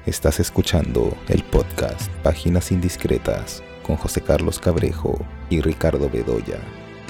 Estás escuchando el podcast Páginas Indiscretas con José Carlos Cabrejo y Ricardo Bedoya.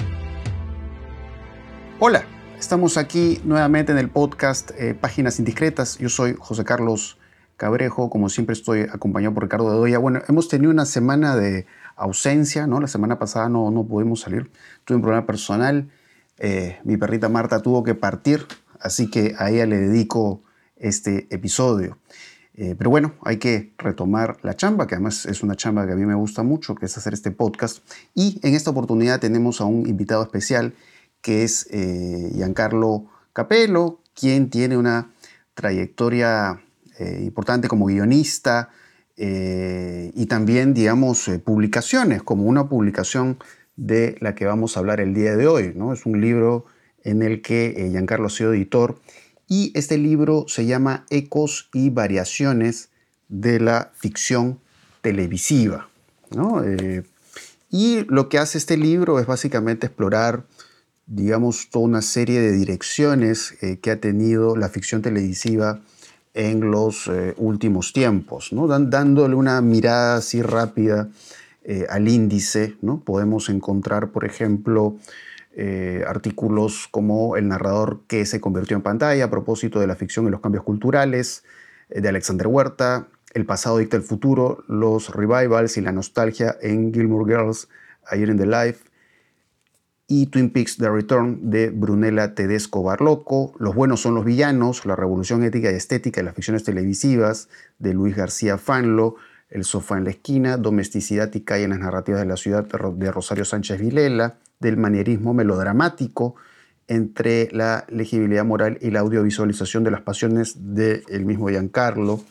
Hola, estamos aquí nuevamente en el podcast Páginas Indiscretas. Yo soy José Carlos Cabrejo, como siempre estoy acompañado por Ricardo Bedoya. Bueno, hemos tenido una semana de ausencia, ¿no? La semana pasada no pudimos salir, tuve un problema personal. Mi perrita Marta tuvo que partir, así que a ella le dedico este episodio. Pero bueno, hay que retomar la chamba, que además es una chamba que a mí me gusta mucho, que es hacer este podcast. Y en esta oportunidad tenemos a un invitado especial, que es Giancarlo Capello, quien tiene una trayectoria importante como guionista y también, digamos, publicaciones, como una publicación de la que vamos a hablar el día de hoy, ¿no? Es un libro en el que Giancarlo ha sido editor y este libro se llama Ecos y variaciones de la ficción televisiva, ¿no? Y lo que hace este libro es básicamente explorar, digamos, toda una serie de direcciones que ha tenido la ficción televisiva en los últimos tiempos, ¿no? Dándole una mirada así rápida al índice, ¿no? Podemos encontrar, por ejemplo, artículos como El narrador que se convirtió en pantalla, a propósito de la ficción y los cambios culturales, de Alexander Huerta, El pasado dicta el futuro, los revivals y la nostalgia en Gilmore Girls, A Year in the Life, y Twin Peaks The Return de Brunella Tedesco Barloco, Los buenos son los villanos, La revolución ética y estética de las ficciones televisivas de Luis García Fanlo, El sofá en la esquina, Domesticidad y calle en las narrativas de la ciudad de Rosario Sánchez Vilela, del manierismo melodramático entre la legibilidad moral y la audiovisualización de las pasiones del mismo Giancarlo,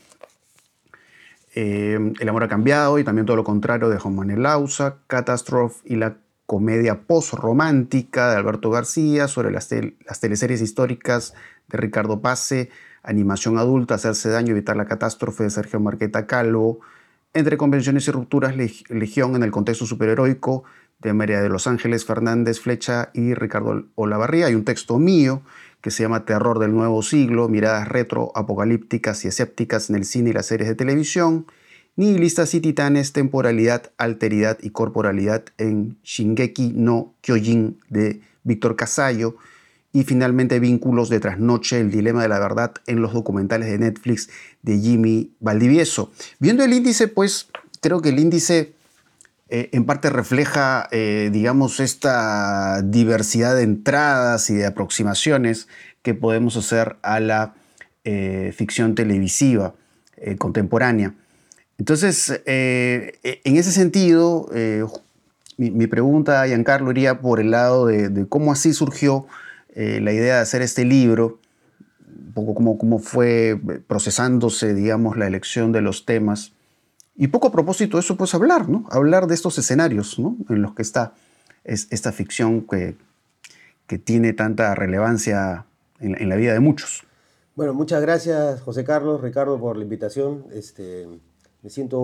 El amor ha cambiado y también todo lo contrario de Juan Manuel Lausa, Catastrophe y la comedia post-romántica de Alberto García, sobre las teleseries históricas de Ricardo Pace, Animación adulta, Hacerse daño, evitar la catástrofe de Sergio Marqueta Calvo, Entre convenciones y rupturas, Legión en el contexto superheroico de María de los Ángeles Fernández Flecha y Ricardo Olavarría. Hay un texto mío que se llama Terror del nuevo siglo, miradas retro, apocalípticas y escépticas en el cine y las series de televisión, Nihilistas y titanes, temporalidad, alteridad y corporalidad en Shingeki no Kyojin de Víctor Casallo, y finalmente Vínculos de trasnoche, el dilema de la verdad en los documentales de Netflix de Jimmy Valdivieso. Viendo el índice, pues creo que el índice en parte refleja, digamos, esta diversidad de entradas y de aproximaciones que podemos hacer a la ficción televisiva contemporánea. Entonces, en ese sentido, mi pregunta, Giancarlo, iría por el lado de cómo así surgió la idea de hacer este libro, un poco cómo fue procesándose, digamos, la elección de los temas. Y poco a propósito de eso, pues hablar, ¿no? Hablar de estos escenarios, ¿no? En los que está esta ficción que tiene tanta relevancia en la vida de muchos. Bueno, muchas gracias, José Carlos, Ricardo, por la invitación. Me siento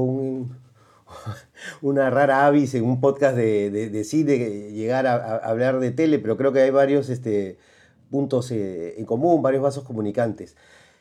una rara avis en un podcast de cine, llegar a hablar de tele, pero creo que hay varios puntos en común, varios vasos comunicantes.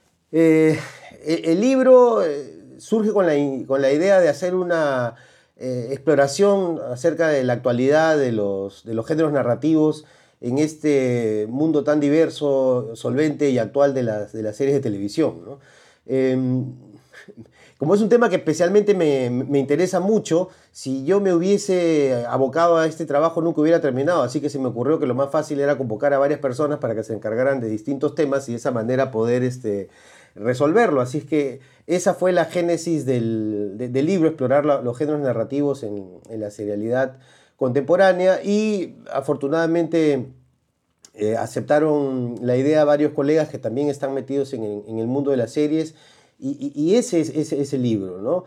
El libro surge con la idea de hacer una exploración acerca de la actualidad de los géneros narrativos en este mundo tan diverso, solvente y actual de las series de televisión, ¿no? Como es un tema que especialmente me interesa mucho, si yo me hubiese abocado a este trabajo nunca hubiera terminado, así que se me ocurrió que lo más fácil era convocar a varias personas para que se encargaran de distintos temas y de esa manera poder resolverlo. Así es que esa fue la génesis del libro, explorar los géneros narrativos en la serialidad contemporánea, y afortunadamente aceptaron la idea varios colegas que también están metidos en el mundo de las series, y ese es el libro, ¿no?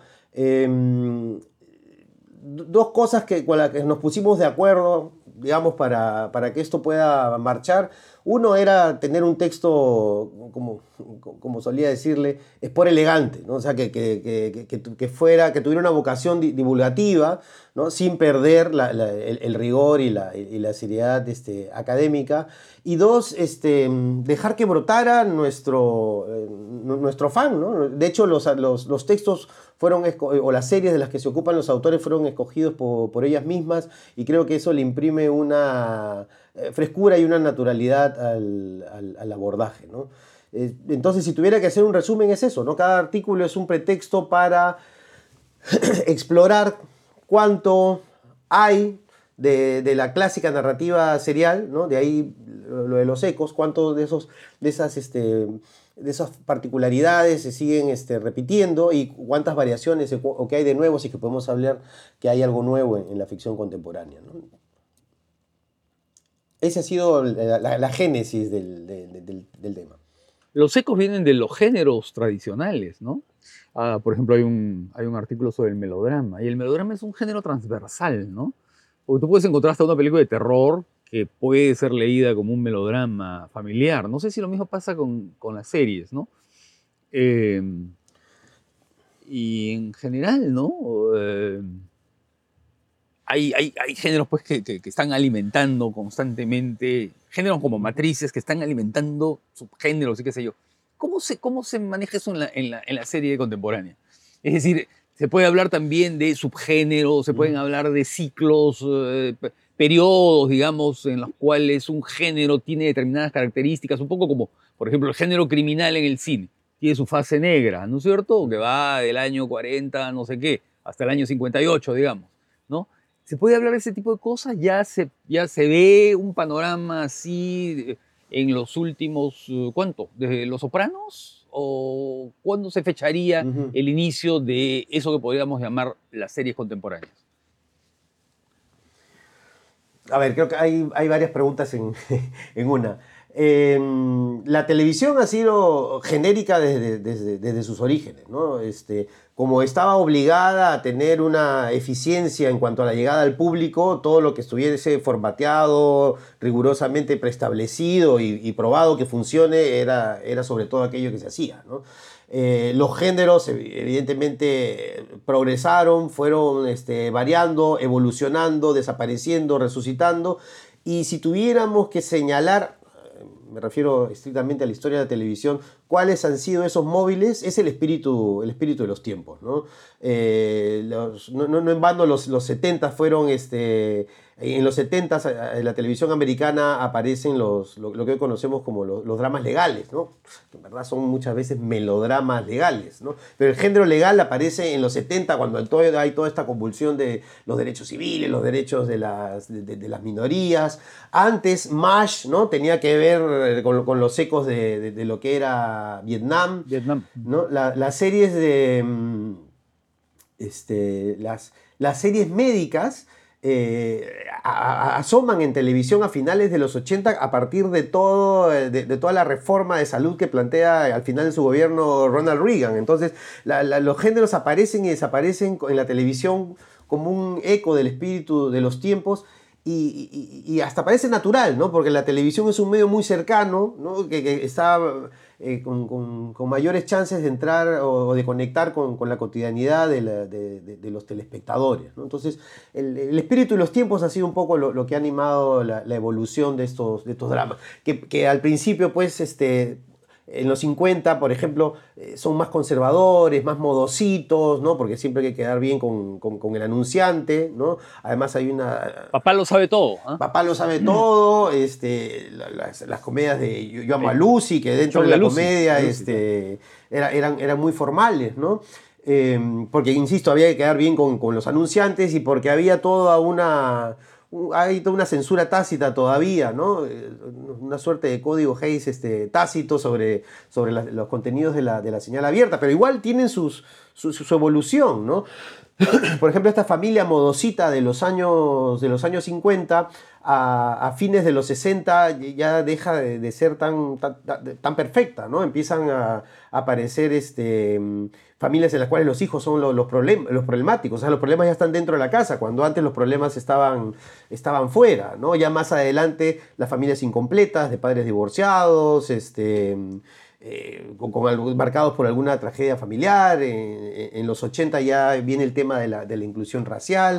Dos cosas con las que nos pusimos de acuerdo, digamos, para que esto pueda marchar. Uno era tener un texto, como solía decirle, es por elegante, ¿no? O sea, que tuviera una vocación divulgativa, ¿no? Sin perder el rigor y la seriedad académica. Y dos, dejar que brotara nuestro fan, ¿no? De hecho, los textos o las series de las que se ocupan los autores fueron escogidos por ellas mismas, y creo que eso le imprime una frescura y una naturalidad al abordaje, ¿no? Entonces, si tuviera que hacer un resumen, es eso, ¿no? Cada artículo es un pretexto para explorar cuánto hay de la clásica narrativa serial, ¿no? De ahí lo de los ecos, cuánto de esas particularidades se siguen repitiendo, y cuántas variaciones o qué hay de nuevo, si que podemos hablar que hay algo nuevo en la ficción contemporánea, ¿no? Esa ha sido la génesis del tema. Los ecos vienen de los géneros tradicionales, ¿no? Por ejemplo, hay un artículo sobre el melodrama, y el melodrama es un género transversal, ¿no? Porque tú puedes encontrar hasta una película de terror que puede ser leída como un melodrama familiar. No sé si lo mismo pasa con las series, ¿no? Y en general, ¿no? Hay géneros, pues, que están alimentando constantemente, géneros como matrices que están alimentando subgéneros y qué sé yo. ¿Cómo se maneja eso en la serie contemporánea? Es decir, se puede hablar también de subgéneros, se pueden hablar de ciclos, periodos, digamos, en los cuales un género tiene determinadas características, un poco como, por ejemplo, el género criminal en el cine. Tiene su fase negra, ¿no es cierto? Que va del año 40, no sé qué, hasta el año 58, digamos, ¿no? ¿Se puede hablar de ese tipo de cosas? ¿Ya se ve un panorama así en los últimos, ¿cuánto? ¿Desde Los Sopranos? ¿O cuándo se fecharía el inicio de eso que podríamos llamar las series contemporáneas? A ver, creo que hay varias preguntas en una. La televisión ha sido genérica desde sus orígenes, ¿no? Como estaba obligada a tener una eficiencia en cuanto a la llegada al público, todo lo que estuviese formateado, rigurosamente preestablecido y probado que funcione era sobre todo aquello que se hacía, ¿no? Los géneros evidentemente progresaron, fueron variando, evolucionando, desapareciendo, resucitando, y si tuviéramos que señalar, me refiero estrictamente a la historia de la televisión, cuáles han sido esos móviles, es el espíritu de los tiempos, ¿no? No en vano los 70 fueron, en los 70 en la televisión americana aparecen lo que hoy conocemos como los dramas legales, ¿no? Que en verdad son muchas veces melodramas legales, ¿no? Pero el género legal aparece en los 70, cuando hay toda esta convulsión de los derechos civiles, los derechos de las minorías. Antes, MASH, ¿no? Tenía que ver con los ecos de lo que era Vietnam. ¿No? Las series las series médicas asoman en televisión a finales de los 80 a partir de toda la reforma de salud que plantea al final de su gobierno Ronald Reagan. Entonces los géneros aparecen y desaparecen en la televisión como un eco del espíritu de los tiempos, y hasta parece natural, ¿no? Porque la televisión es un medio muy cercano, ¿no? que está con mayores chances de entrar o de conectar con la cotidianidad de los telespectadores, ¿no? Entonces, el espíritu de los tiempos ha sido un poco lo que ha animado la evolución de estos dramas, que al principio, pues, en los 50, por ejemplo, son más conservadores, más modositos, ¿no? Porque siempre hay que quedar bien con el anunciante, ¿no? Además hay una... Papá lo sabe todo, ¿eh? Papá lo sabe todo, las comedias de Yo amo a Lucy, que dentro de la comedia eran muy formales, ¿no? Porque, insisto, había que quedar bien con los anunciantes, y porque había hay toda una censura tácita todavía, ¿no? Una suerte de código Hays tácito sobre los contenidos de la señal abierta, pero igual tienen su evolución, ¿no? Por ejemplo, esta familia modosita de los años 50 a fines de los 60 ya deja de ser tan perfecta, ¿no? Empiezan a aparecer familias en las cuales los hijos son los problemáticos. O sea, los problemas ya están dentro de la casa, cuando antes los problemas estaban fuera, ¿no? Ya más adelante las familias incompletas, de padres divorciados, marcados por alguna tragedia familiar. En los 80 ya viene el tema de la inclusión racial.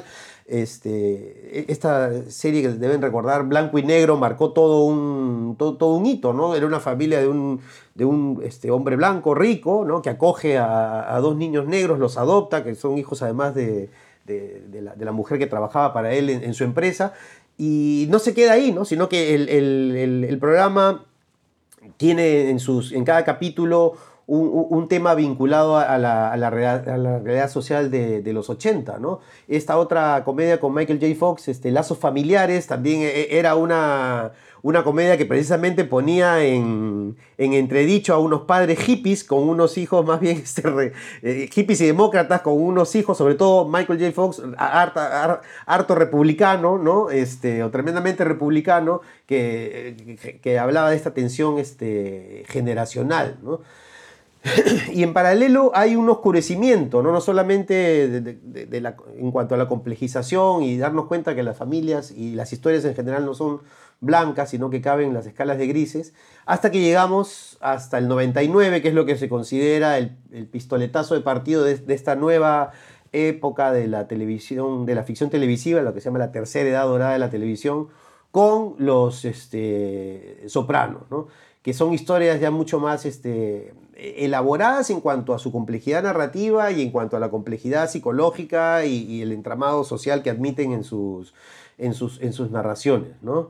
Esta serie que deben recordar, Blanco y Negro, marcó todo un hito, ¿no? Era una familia de un hombre blanco rico, ¿no? Que acoge a dos niños negros, los adopta, que son hijos además de la mujer que trabajaba para él en su empresa, y no se queda ahí, ¿no? Sino que el programa tiene en cada capítulo un tema vinculado a la realidad social de los 80, ¿no? Esta otra comedia con Michael J. Fox, Lazos Familiares, también era una comedia que precisamente ponía en entredicho a unos padres hippies con unos hijos más bien hippies y demócratas, con unos hijos, sobre todo Michael J. Fox, harto republicano, ¿no? O tremendamente republicano, que hablaba de esta tensión generacional, ¿no? Y en paralelo hay un oscurecimiento, no solamente en cuanto a la complejización y darnos cuenta que las familias y las historias en general no son blancas, sino que caben en las escalas de grises, hasta que llegamos hasta el 99, que es lo que se considera el pistoletazo de partido de esta nueva época de la televisión, de la ficción televisiva, lo que se llama la tercera edad dorada de la televisión, con los Sopranos, ¿no? Que son historias ya mucho más elaboradas en cuanto a su complejidad narrativa y en cuanto a la complejidad psicológica y el entramado social que admiten en sus narraciones, ¿no?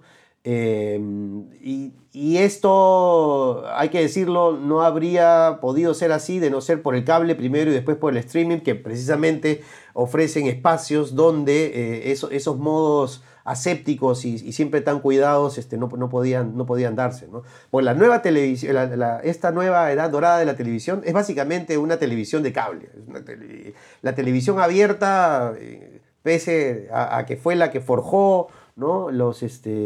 Y esto, hay que decirlo, no habría podido ser así de no ser por el cable primero y después por el streaming, que precisamente ofrecen espacios donde esos modos asépticos y siempre tan cuidados no podían darse, ¿no? Pues la nueva televisión, esta nueva edad dorada de la televisión es básicamente una televisión de cable. La televisión abierta, pese a que fue la que forjó, ¿no? los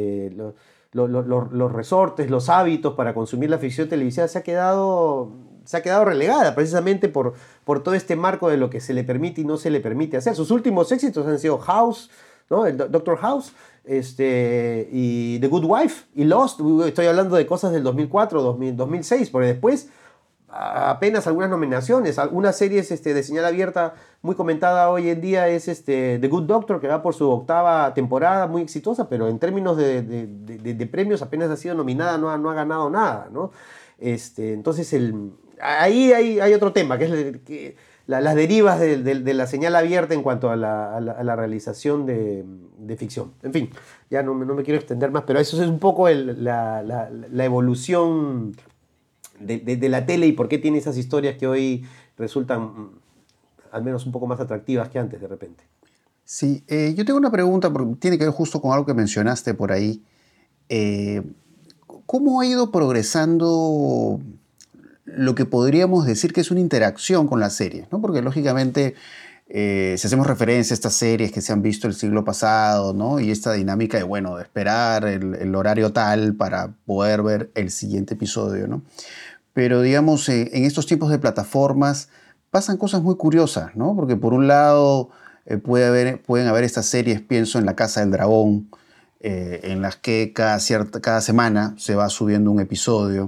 resortes, los hábitos para consumir la ficción televisiva, se ha quedado relegada precisamente por todo este marco de lo que se le permite y no se le permite hacer. Sus últimos éxitos han sido House, ¿no? El Doctor House, y The Good Wife y Lost. Estoy hablando de cosas del 2004, 2006, porque después apenas algunas nominaciones. Algunas series de señal abierta muy comentada hoy en día es The Good Doctor, que va por su 8ª temporada, muy exitosa, pero en términos de premios apenas ha sido nominada, no ha ganado nada, ¿no? Entonces ahí hay otro tema, que es las derivas de la señal abierta en cuanto a la realización de ficción. En fin, ya no me quiero extender más, pero eso es un poco la evolución de la tele y por qué tiene esas historias que hoy resultan al menos un poco más atractivas que antes de repente. Sí, yo tengo una pregunta porque tiene que ver justo con algo que mencionaste por ahí. ¿Cómo ha ido progresando lo que podríamos decir que es una interacción con las series, ¿no? Porque lógicamente, si hacemos referencia a estas series que se han visto el siglo pasado, ¿no? Y esta dinámica de esperar el horario tal para poder ver el siguiente episodio, ¿no? Pero digamos, en estos tiempos de plataformas pasan cosas muy curiosas, ¿no? Porque por un lado pueden haber estas series, pienso en La Casa del Dragón, en las que cada semana se va subiendo un episodio.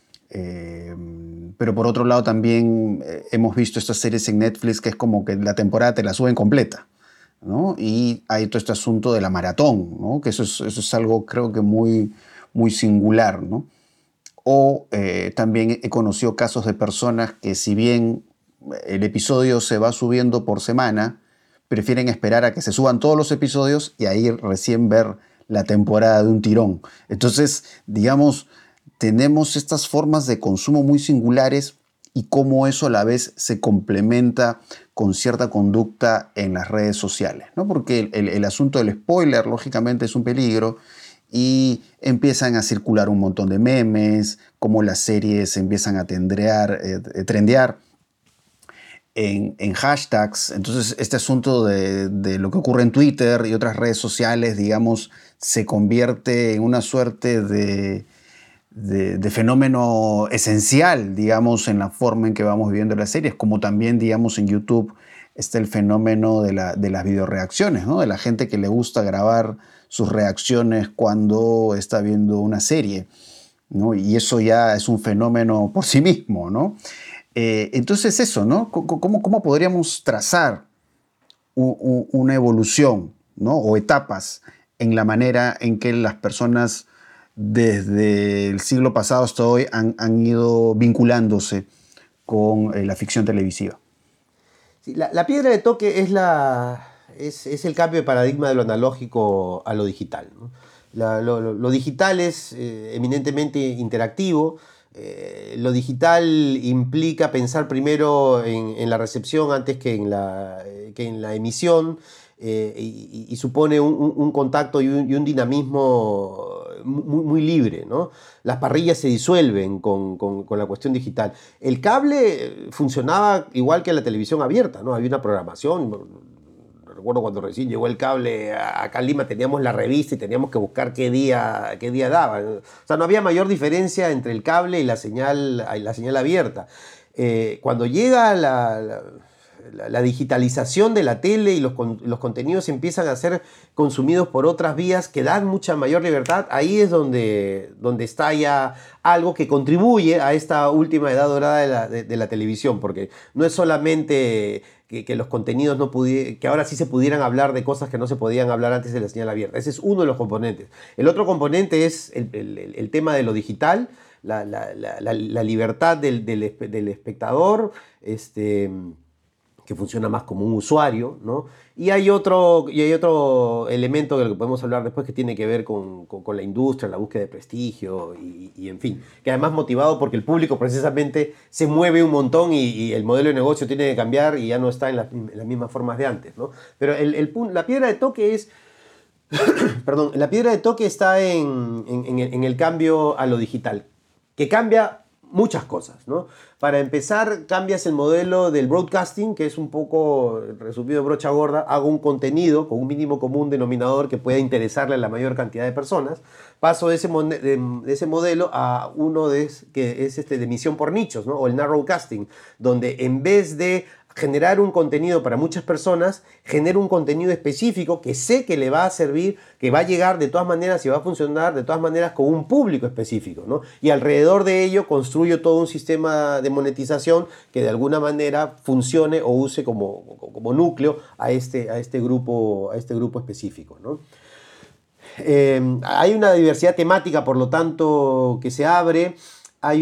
Pero por otro lado también hemos visto estas series en Netflix que es como que la temporada te la suben completa, ¿no? Y hay todo este asunto de la maratón, ¿no? Que eso es algo creo que muy, muy singular, ¿no? O también he conocido casos de personas que si bien el episodio se va subiendo por semana, prefieren esperar a que se suban todos los episodios y ahí recién ver la temporada de un tirón. Entonces, digamos, tenemos estas formas de consumo muy singulares y cómo eso a la vez se complementa con cierta conducta en las redes sociales, ¿no? Porque el asunto del spoiler, lógicamente, es un peligro y empiezan a circular un montón de memes, cómo las series empiezan a trendear. en hashtags. Entonces, este asunto de lo que ocurre en Twitter y otras redes sociales, digamos, se convierte en una suerte de fenómeno esencial, digamos, en la forma en que vamos viviendo las series, como también, digamos, en YouTube está el fenómeno de las videoreacciones, ¿no? De la gente que le gusta grabar sus reacciones cuando está viendo una serie, ¿no? Y eso ya es un fenómeno por sí mismo, ¿no? Entonces eso, ¿no? ¿Cómo podríamos trazar una evolución, ¿no? O etapas en la manera en que las personas desde el siglo pasado hasta hoy han ido vinculándose con la ficción televisiva? Sí, la piedra de toque es el cambio de paradigma de lo analógico a lo digital, ¿no? Lo digital es eminentemente interactivo. Lo digital implica pensar primero en la recepción antes que en la emisión, y supone un contacto y un dinamismo muy libre, ¿no? Las parrillas se disuelven con la cuestión digital. El cable funcionaba igual que la televisión abierta, ¿no? Había una programación. Recuerdo cuando recién llegó el cable acá en Lima, teníamos la revista y teníamos que buscar qué día daba. O sea, no había mayor diferencia entre el cable y la señal abierta. Cuando llega la digitalización de la tele y los contenidos empiezan a ser consumidos por otras vías que dan mucha mayor libertad, ahí es donde está ya algo que contribuye a esta última edad dorada de la televisión, porque no es solamente que los contenidos que ahora sí se pudieran hablar de cosas que no se podían hablar antes de la señal abierta. Ese es uno de los componentes. El otro componente es el tema de lo digital, la libertad del espectador, que funciona más como un usuario, ¿no? Y hay otro elemento del que podemos hablar después que tiene que ver con la industria, la búsqueda de prestigio y en fin, que además motivado porque el público precisamente se mueve un montón y el modelo de negocio tiene que cambiar y ya no está en las mismas formas de antes, ¿no? Pero la piedra de toque es... Perdón, la piedra de toque está en el cambio a lo digital, que cambia muchas cosas, ¿no? Para empezar, cambias el modelo del broadcasting, que es un poco, resumido, brocha gorda, hago un contenido con un mínimo común denominador que pueda interesarle a la mayor cantidad de personas. Paso de ese modelo a uno que es de emisión por nichos, ¿no? O el narrowcasting, donde en vez de generar un contenido para muchas personas, genero un contenido específico que sé que le va a servir, que va a llegar de todas maneras y va a funcionar de todas maneras con un público específico, ¿no? Y alrededor de ello construyo todo un sistema de monetización que de alguna manera funcione o use como núcleo a este grupo específico, ¿no? Hay una diversidad temática, por lo tanto, que se abre. Hay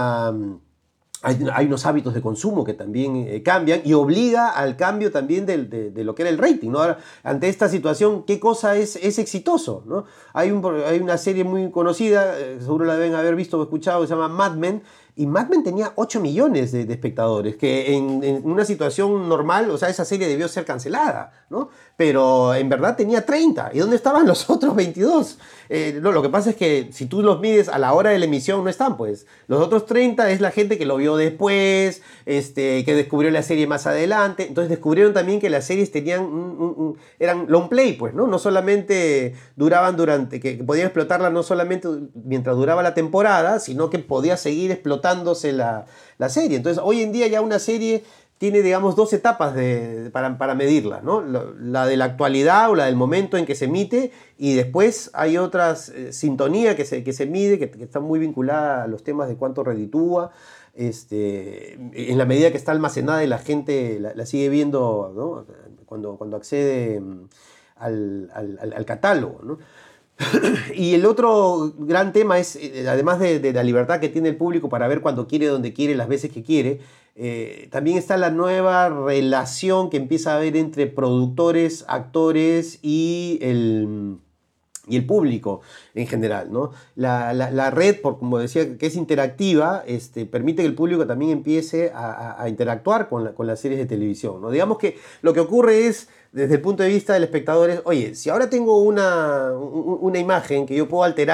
unos hábitos de consumo que también cambian y obliga al cambio también de lo que era el rating, ¿no? Ahora, ante esta situación, ¿qué cosa es exitoso, ¿no? Hay una serie muy conocida, seguro la deben haber visto o escuchado, que se llama Mad Men, y Mad Men tenía 8 millones de espectadores, que en una situación normal, o sea, esa serie debió ser cancelada, ¿no? Pero en verdad tenía 30. ¿Y dónde estaban los otros 22? No, lo que pasa es que si tú los mides a la hora de la emisión, no están, pues. Los otros 30 es la gente que lo vio después, que descubrió la serie más adelante. Entonces descubrieron también que las series tenían eran long play, pues, ¿no? No solamente duraban que podían explotarla no solamente mientras duraba la temporada, sino que podía seguir explotándose la serie. Entonces, hoy en día ya una serie tiene, digamos, 2 etapas para medirla, ¿no? La de la actualidad o la del momento en que se emite, y después hay otras sintonía que se mide, que está muy vinculada a los temas de cuánto reditúa, en la medida que está almacenada y la gente la sigue viendo, ¿no? Cuando accede al catálogo, ¿no? Y el otro gran tema es, además de la libertad que tiene el público para ver cuando quiere, donde quiere, las veces que quiere, también está la nueva relación que empieza a haber entre productores, actores y el público en general, ¿no? La red, como decía, que es interactiva, permite que el público también empiece a interactuar con las series de televisión, ¿no? Digamos que lo que ocurre es, desde el punto de vista del espectador, es, oye, si ahora tengo una imagen que yo puedo alterar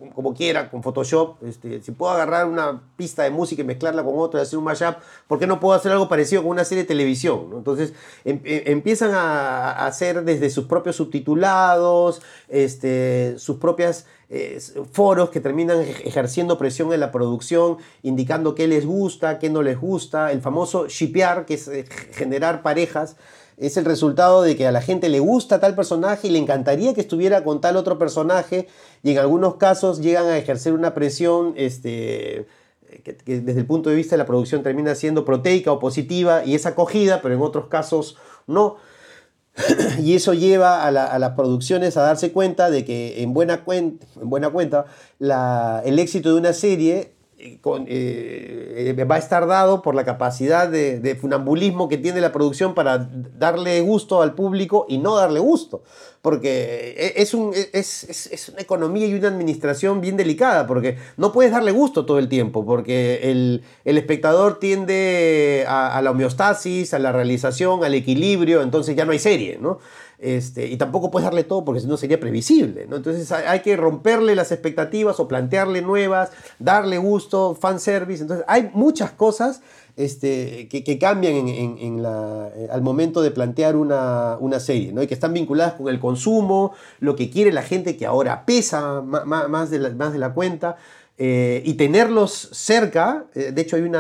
como quiera, con Photoshop. Si puedo agarrar una pista de música y mezclarla con otra y hacer un mashup, ¿por qué no puedo hacer algo parecido con una serie de televisión, ¿no? Entonces empiezan a hacer desde sus propios subtitulados, sus propias foros que terminan ejerciendo presión en la producción, indicando qué les gusta, qué no les gusta. El famoso shippear, que es generar parejas, es el resultado de que a la gente le gusta tal personaje y le encantaría que estuviera con tal otro personaje, y en algunos casos llegan a ejercer una presión que desde el punto de vista de la producción termina siendo proteica o positiva y es acogida, pero en otros casos no. Y eso lleva a las producciones a darse cuenta de que en buena cuenta el éxito de una serie va a estar dado por la capacidad de funambulismo que tiene la producción para darle gusto al público y no darle gusto. Porque es una economía y una administración bien delicada, porque no puedes darle gusto todo el tiempo, porque el espectador tiende a la homeostasis, a la realización, al equilibrio, entonces ya no hay serie, ¿no? Y tampoco puedes darle todo porque si no sería previsible, ¿no? Entonces hay que romperle las expectativas o plantearle nuevas, darle gusto, fanservice. Entonces hay muchas cosas que cambian al momento de plantear una serie, ¿no? Y que están vinculadas con el consumo, lo que quiere la gente, que ahora pesa más de la cuenta. Y tenerlos cerca. De hecho hay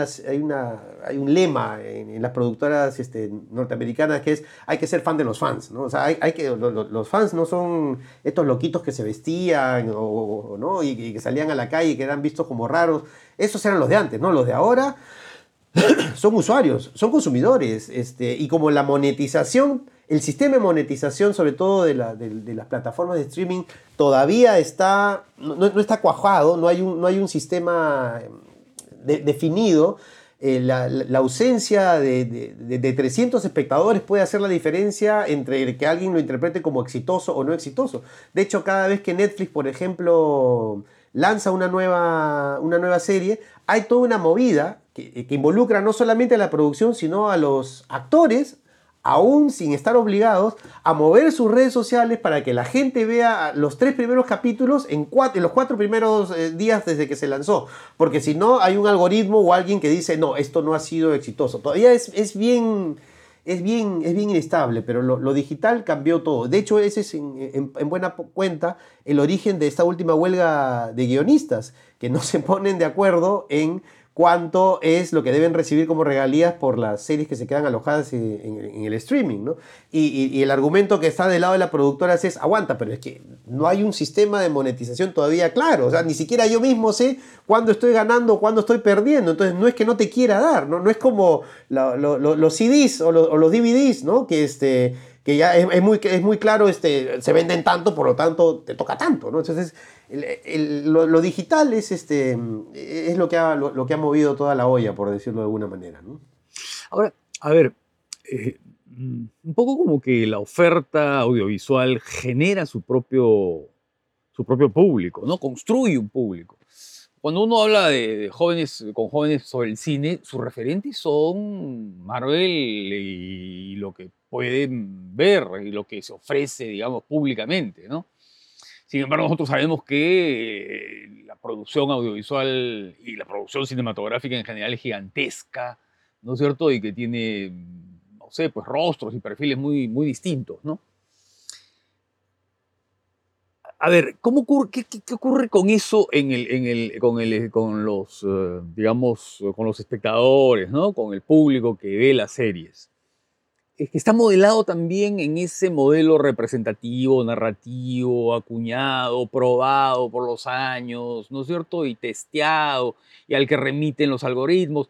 un lema en las productoras norteamericanas que es: hay que ser fan de los fans, ¿no? O sea, los fans no son estos loquitos que se vestían ¿no? y que salían a la calle y que eran vistos como raros. Esos eran los de antes, ¿no? Los de ahora son usuarios, son consumidores, y como la monetización, el sistema de monetización, sobre todo de las plataformas de streaming, todavía no está cuajado, no hay un sistema definido. La ausencia de 300 espectadores puede hacer la diferencia entre que alguien lo interprete como exitoso o no exitoso. De hecho, cada vez que Netflix, por ejemplo, lanza una nueva serie, hay toda una movida que involucra no solamente a la producción, sino a los actores, aún sin estar obligados, a mover sus redes sociales para que la gente vea los 3 primeros capítulos en los 4 primeros días desde que se lanzó. Porque si no, hay un algoritmo o alguien que dice: no, esto no ha sido exitoso. Todavía es bien inestable, pero lo digital cambió todo. De hecho, ese es en buena cuenta el origen de esta última huelga de guionistas, que no se ponen de acuerdo en cuánto es lo que deben recibir como regalías por las series que se quedan alojadas en el streaming, ¿no? Y el argumento que está del lado de la productora es: aguanta, pero es que no hay un sistema de monetización todavía claro. O sea, ni siquiera yo mismo sé cuándo estoy ganando o cuándo estoy perdiendo. Entonces no es que no te quiera dar, ¿no? No es como los CDs o los DVDs, ¿no? Que ya es muy claro, se venden tanto, por lo tanto te toca tanto, ¿no? Entonces lo digital es lo que ha movido toda la olla, por decirlo de alguna manera, ¿no? Ahora, a ver, un poco como que la oferta audiovisual genera su propio público, ¿no? Construye un público. Cuando uno habla de jóvenes, con jóvenes sobre el cine, sus referentes son Marvel y lo que pueden ver y lo que se ofrece, digamos, públicamente, ¿no? Sin embargo, nosotros sabemos que la producción audiovisual y la producción cinematográfica en general es gigantesca, ¿no es cierto? Y que tiene, no sé, pues rostros y perfiles muy, muy distintos, ¿no? A ver, ¿qué ocurre con eso con los, digamos, con los espectadores, ¿no? Con el público que ve las series? Es que está modelado también en ese modelo representativo, narrativo, acuñado, probado por los años, ¿no es cierto? Y testeado, y al que remiten los algoritmos.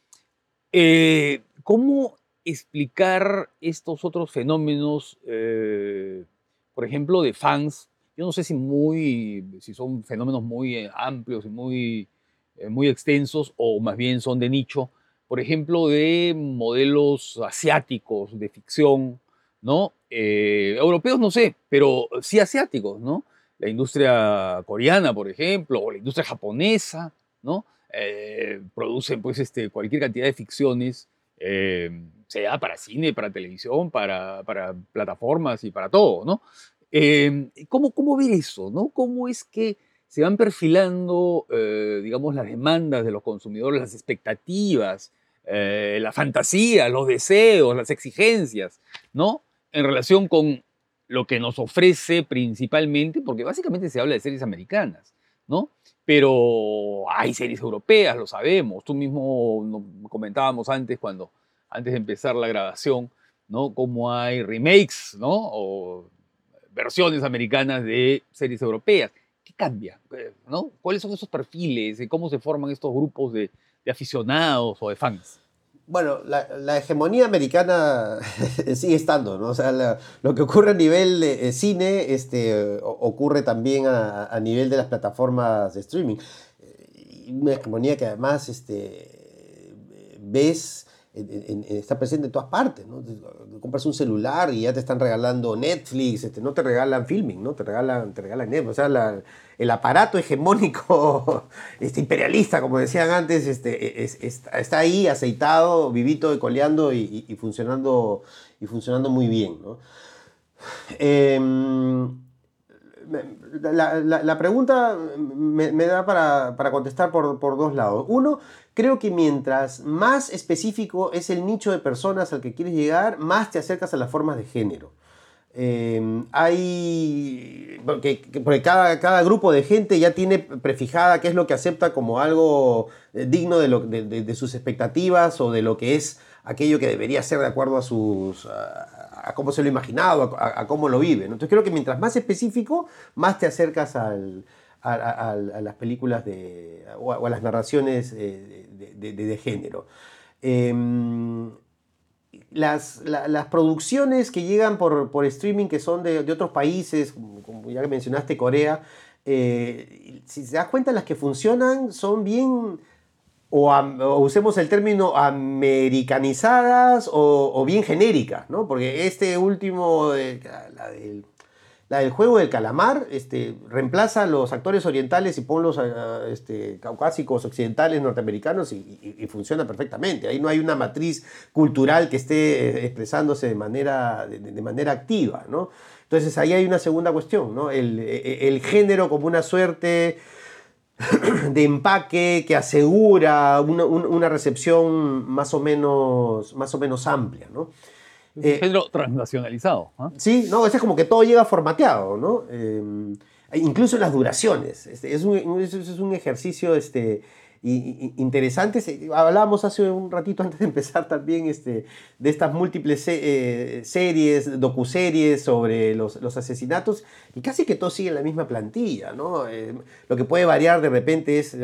¿Cómo explicar estos otros fenómenos, por ejemplo, de fans? Yo no sé si son fenómenos muy amplios y muy extensos, o más bien son de nicho. Por ejemplo, de modelos asiáticos de ficción, ¿no? Europeos no sé, pero sí asiáticos, ¿no? La industria coreana, por ejemplo, o la industria japonesa, ¿no? Producen pues cualquier cantidad de ficciones, sea para cine, para televisión, para plataformas y para todo, ¿no? ¿Cómo ver eso, no? ¿Cómo es que se van perfilando, digamos, las demandas de los consumidores, las expectativas, la fantasía, los deseos, las exigencias, ¿no? En relación con lo que nos ofrece principalmente, porque básicamente se habla de series americanas, ¿no? Pero hay series europeas, lo sabemos. Tú mismo comentábamos antes, antes de empezar la grabación, ¿no? Cómo hay remakes, ¿no? O versiones americanas de series europeas. ¿Qué cambia? ¿No? ¿Cuáles son esos perfiles? ¿Cómo se forman estos grupos de aficionados o de fans? Bueno, la hegemonía americana sigue estando, ¿no? O sea, lo que ocurre a nivel de cine ocurre también a nivel de las plataformas de streaming. Una hegemonía que además ves, está presente en todas partes, ¿no? Compras un celular y ya te están regalando Netflix, no te regalan filming, ¿no? Te regalan Netflix. O sea, el aparato hegemónico imperialista, como decían antes, está ahí aceitado, vivito y coleando y funcionando muy bien, ¿no? La pregunta me da para contestar por dos lados. Uno, creo que mientras más específico es el nicho de personas al que quieres llegar, más te acercas a las formas de género. Porque cada grupo de gente ya tiene prefijada qué es lo que acepta como algo digno de sus expectativas o de lo que es aquello que debería ser de acuerdo a cómo se lo ha imaginado, a cómo lo vive, ¿no? Entonces creo que mientras más específico, más te acercas a las películas o a las narraciones de género. Las producciones que llegan por streaming, que son de otros países, como ya mencionaste, Corea, si se das cuenta, las que funcionan son bien, o usemos el término, americanizadas o bien genéricas, ¿no? Porque último, la del juego del calamar, reemplaza a los actores orientales y ponlos caucásicos, occidentales, norteamericanos y funciona perfectamente. Ahí no hay una matriz cultural que esté expresándose de manera activa, ¿no? Entonces ahí hay una segunda cuestión, ¿no? El género como una suerte de empaque que asegura una recepción más o menos amplia, ¿no? Género transnacionalizado. ¿Eh? Sí, no, es como que todo llega formateado, ¿no? Incluso las duraciones. Es un ejercicio interesante. Hablábamos hace un ratito antes de empezar también de estas múltiples series, docuseries sobre los asesinatos, y casi que todo sigue en la misma plantilla, ¿no? Lo que puede variar de repente es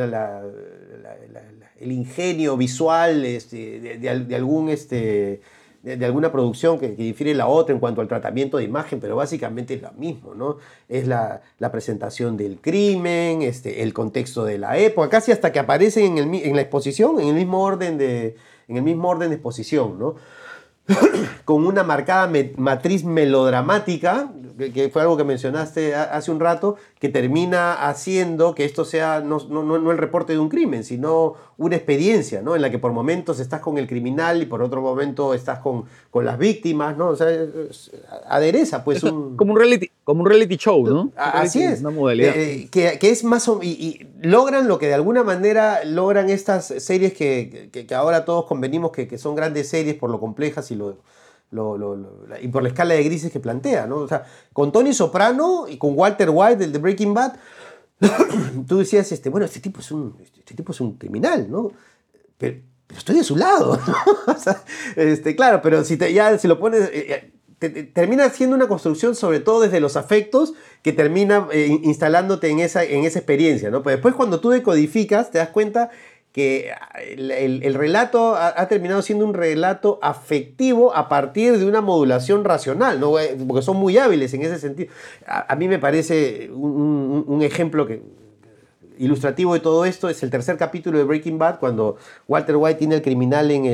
el ingenio visual de algún de alguna producción que difiere la otra en cuanto al tratamiento de imagen, pero básicamente es lo mismo, ¿no? Es la presentación del crimen, el contexto de la época, casi hasta que aparecen en la exposición, en el mismo orden de exposición, ¿no? Con una marcada matriz melodramática, que fue algo que mencionaste hace un rato, que termina haciendo que esto sea no el reporte de un crimen, sino una experiencia, ¿no? En la que por momentos estás con el criminal y por otro momento estás con las víctimas, ¿no? O sea, adereza pues como un reality show, ¿no? Así es. Una modalidad. Que es más y logran lo que de alguna manera logran estas series que ahora todos convenimos que son grandes series por lo complejas y y por la escala de grises que plantea, ¿no? O sea, con Tony Soprano y con Walter White del de Breaking Bad, tú decías, bueno, este tipo es un criminal, ¿no? Pero estoy de su lado, ¿no? O sea, claro, pero si lo pones, termina siendo una construcción sobre todo desde los afectos que termina instalándote en esa experiencia, ¿no? Pero después cuando tú decodificas te das cuenta que el relato ha terminado siendo un relato afectivo a partir de una modulación racional, ¿no? Porque son muy hábiles en ese sentido. A mí me parece un ejemplo ilustrativo de todo esto es el tercer capítulo de Breaking Bad, cuando Walter White tiene al criminal en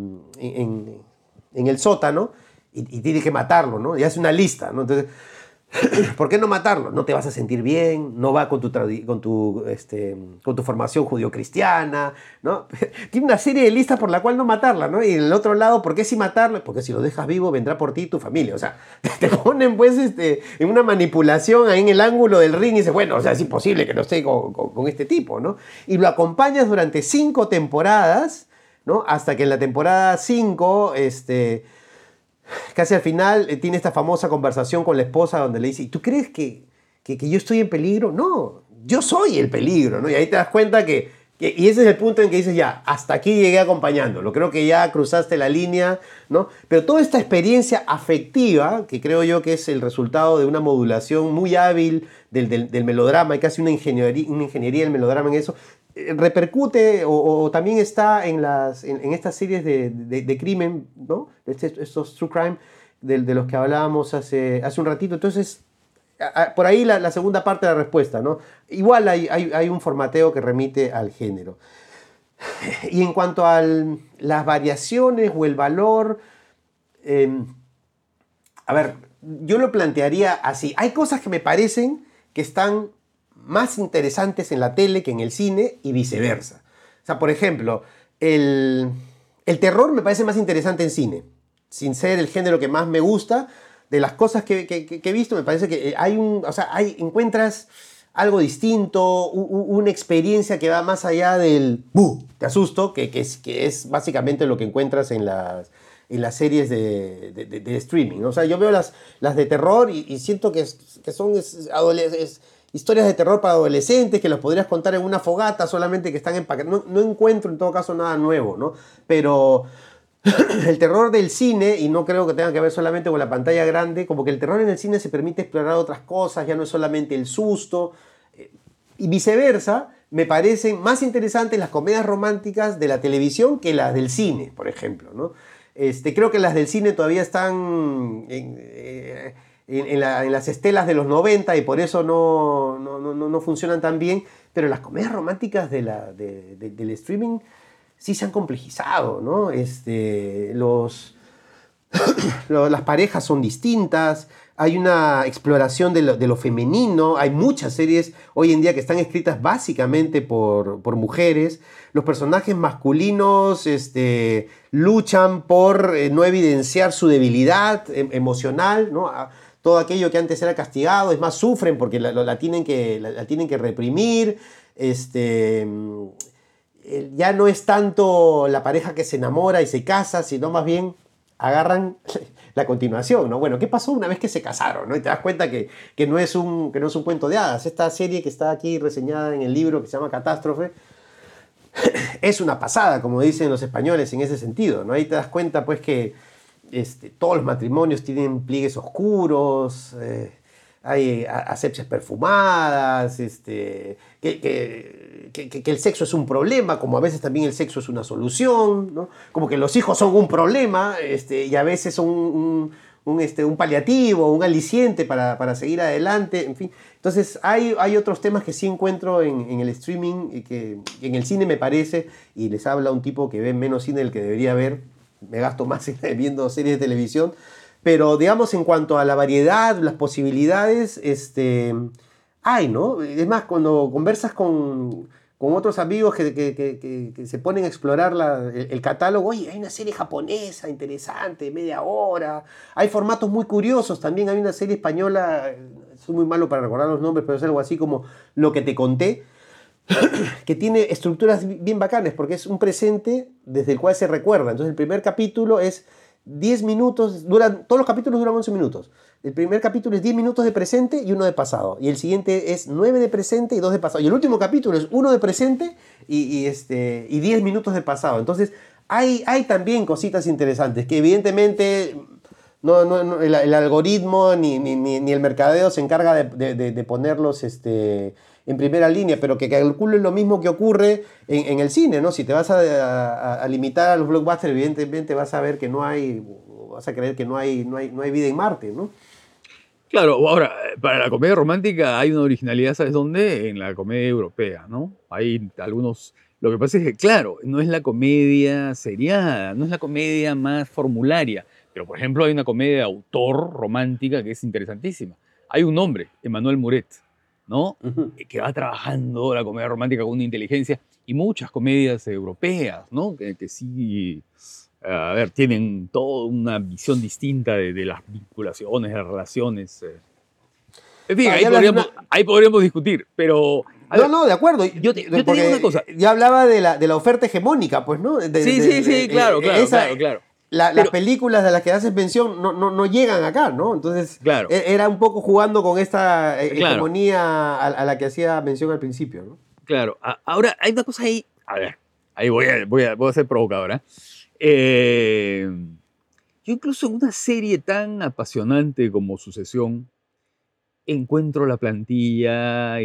el sótano y tiene que matarlo, ¿no? Y hace una lista, ¿no? Entonces ¿Por qué no matarlo? No te vas a sentir bien, no va con tu formación judio-cristiana, ¿no? Tiene una serie de listas por la cual no matarla, ¿no? Y en el otro lado, ¿por qué sí matarlo? Porque si lo dejas vivo, vendrá por ti y tu familia. O sea, te ponen pues en una manipulación ahí en el ángulo del ring y dices, bueno, o sea, es imposible que no esté con este tipo, ¿no? Y lo acompañas durante 5 temporadas, ¿no? Hasta que en la temporada 5, casi al final tiene esta famosa conversación con la esposa donde le dice, ¿y tú crees que yo estoy en peligro? No, yo soy el peligro, ¿no? Y ahí te das cuenta y ese es el punto en que dices, ya, hasta aquí llegué acompañándolo, creo que ya cruzaste la línea, ¿no? Pero toda esta experiencia afectiva, que creo yo que es el resultado de una modulación muy hábil del melodrama, hay casi una ingeniería del melodrama en eso, repercute o también está en estas series de crimen, ¿no? Estos true crime de los que hablábamos hace un ratito. Entonces, por ahí la segunda parte de la respuesta, ¿no? Igual hay un formateo que remite al género. Y en cuanto a las variaciones o el valor, a ver, yo lo plantearía así. Hay cosas que me parecen que están más interesantes en la tele que en el cine y viceversa. O sea, por ejemplo, el terror me parece más interesante en cine, sin ser el género que más me gusta. De las cosas que he visto, me parece que encuentras algo distinto, una experiencia que va más allá del te asusto, que es básicamente lo que encuentras en las series de streaming, ¿no? O sea, yo veo las de terror y siento que son historias de terror para adolescentes que los podrías contar en una fogata, solamente que están empaquetadas. No encuentro en todo caso nada nuevo, ¿no? Pero el terror del cine, y no creo que tenga que ver solamente con la pantalla grande, como que el terror en el cine se permite explorar otras cosas, ya no es solamente el susto, y viceversa, me parecen más interesantes las comedias románticas de la televisión que las del cine, por ejemplo, ¿no? Creo que las del cine todavía están en las estelas de los 90 y por eso no funcionan tan bien, pero las comedias románticas del streaming sí se han complejizado, ¿no? Las parejas son distintas, hay una exploración de lo femenino, hay muchas series hoy en día que están escritas básicamente por mujeres, los personajes masculinos luchan por no evidenciar su debilidad emocional, ¿no? Todo aquello que antes era castigado, es más, sufren porque la tienen que reprimir, ya no es tanto la pareja que se enamora y se casa, sino más bien agarran la continuación, ¿no? Bueno, ¿qué pasó una vez que se casaron, ¿no? Y te das cuenta que no es un cuento de hadas. Esta serie que está aquí reseñada en el libro que se llama Catástrofe es una pasada, como dicen los españoles en ese sentido, ¿no? Ahí te das cuenta pues que todos los matrimonios tienen pliegues oscuros, hay asepsias perfumadas, que el sexo es un problema, como a veces también el sexo es una solución, ¿no? Como que los hijos son un problema y a veces son un paliativo, un aliciente para seguir adelante, en fin. Entonces hay otros temas que sí encuentro en el streaming y que en el cine me parece, y les habla un tipo que ve menos cine del que debería ver, me gasto más viendo series de televisión, pero digamos en cuanto a la variedad, las posibilidades, hay, ¿no? Es más, cuando conversas con otros amigos que se ponen a explorar el catálogo, oye, hay una serie japonesa interesante, media hora, hay formatos muy curiosos, también hay una serie española, soy muy malo para recordar los nombres, pero es algo así como Lo que te conté, que tiene estructuras bien bacanas, porque es un presente desde el cual se recuerda. Entonces el primer capítulo es 10 minutos, todos los capítulos duran 11 minutos. El primer capítulo es 10 minutos de presente y 1 de pasado. Y el siguiente es 9 de presente y 2 de pasado. Y el último capítulo es 1 de presente y 10 minutos de pasado. Entonces hay también cositas interesantes que evidentemente el algoritmo ni el mercadeo se encarga de ponerlos en primera línea, pero que calculen lo mismo que ocurre en el cine, ¿no? Si te vas a limitar a los blockbusters, evidentemente vas a ver que vas a creer que no hay vida en Marte, ¿no? Claro, ahora, para la comedia romántica hay una originalidad, ¿sabes dónde? En la comedia europea, ¿no? Hay algunos... Lo que pasa es que, claro, no es la comedia seriada, no es la comedia más formularia, pero, por ejemplo, hay una comedia de autor romántica que es interesantísima. hay un hombre, Emmanuel Muret, ¿no? Ujú. Que va trabajando la comedia romántica con una inteligencia y muchas comedias europeas, ¿no? Que sí, a ver, tienen toda una visión distinta de las vinculaciones, de las relaciones. En fin, Ahí hablas de una... ahí podríamos discutir, pero... a ver, No, de acuerdo. yo te digo Porque una cosa. ya hablaba de la oferta hegemónica, pues, ¿no? Sí, claro, claro. Las Pero- películas de las que haces mención no llegan acá, ¿no? Entonces, Claro. era un poco jugando con esta Claro. hegemonía a la que hacía mención al principio, ¿no? Claro, ahora hay una cosa ahí. A ver, ahí voy a ser provocadora. Yo incluso en una serie tan apasionante como Sucesión encuentro la plantilla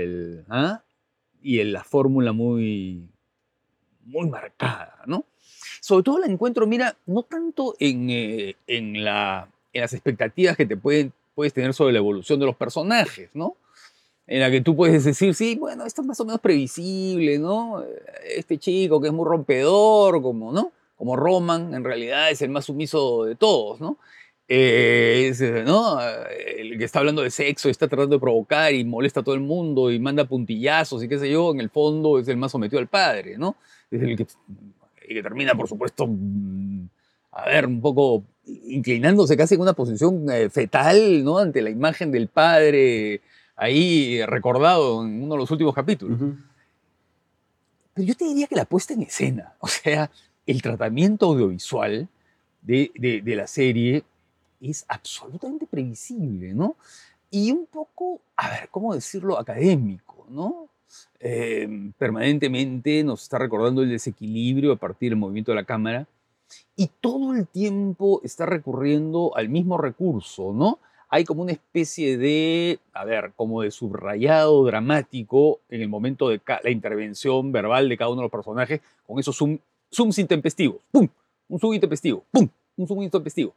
y la fórmula muy, muy marcada, ¿no? Sobre todo la encuentro, mira, no tanto en las expectativas que puedes tener sobre la evolución de los personajes, ¿no? En la que tú puedes decir, sí, bueno, esto es más o menos previsible, ¿no? Este chico que es muy rompedor, ¿no? Como Roman, en realidad es el más sumiso de todos, ¿no? ¿No? El que está hablando de sexo y está tratando de provocar y molesta a todo el mundo y manda puntillazos y qué sé yo, en el fondo es el más sometido al padre, ¿no? Es el que termina, por supuesto, a ver, un poco inclinándose casi en una posición fetal, ¿no? Ante la imagen del padre ahí recordado en uno de los últimos capítulos. Ujú. Pero yo te diría que la puesta en escena, o sea, el tratamiento audiovisual de la serie es absolutamente previsible, ¿no? Y un poco, a ver, ¿cómo decirlo? Académico, ¿no? Permanentemente nos está recordando el desequilibrio a partir del movimiento de la cámara y todo el tiempo está recurriendo al mismo recurso, ¿no? Hay como una especie de, a ver, como de subrayado dramático en el momento de la intervención verbal de cada uno de los personajes con esos zooms intempestivos. ¡Pum! Un zoom intempestivo. ¡Pum! Un zoom intempestivo.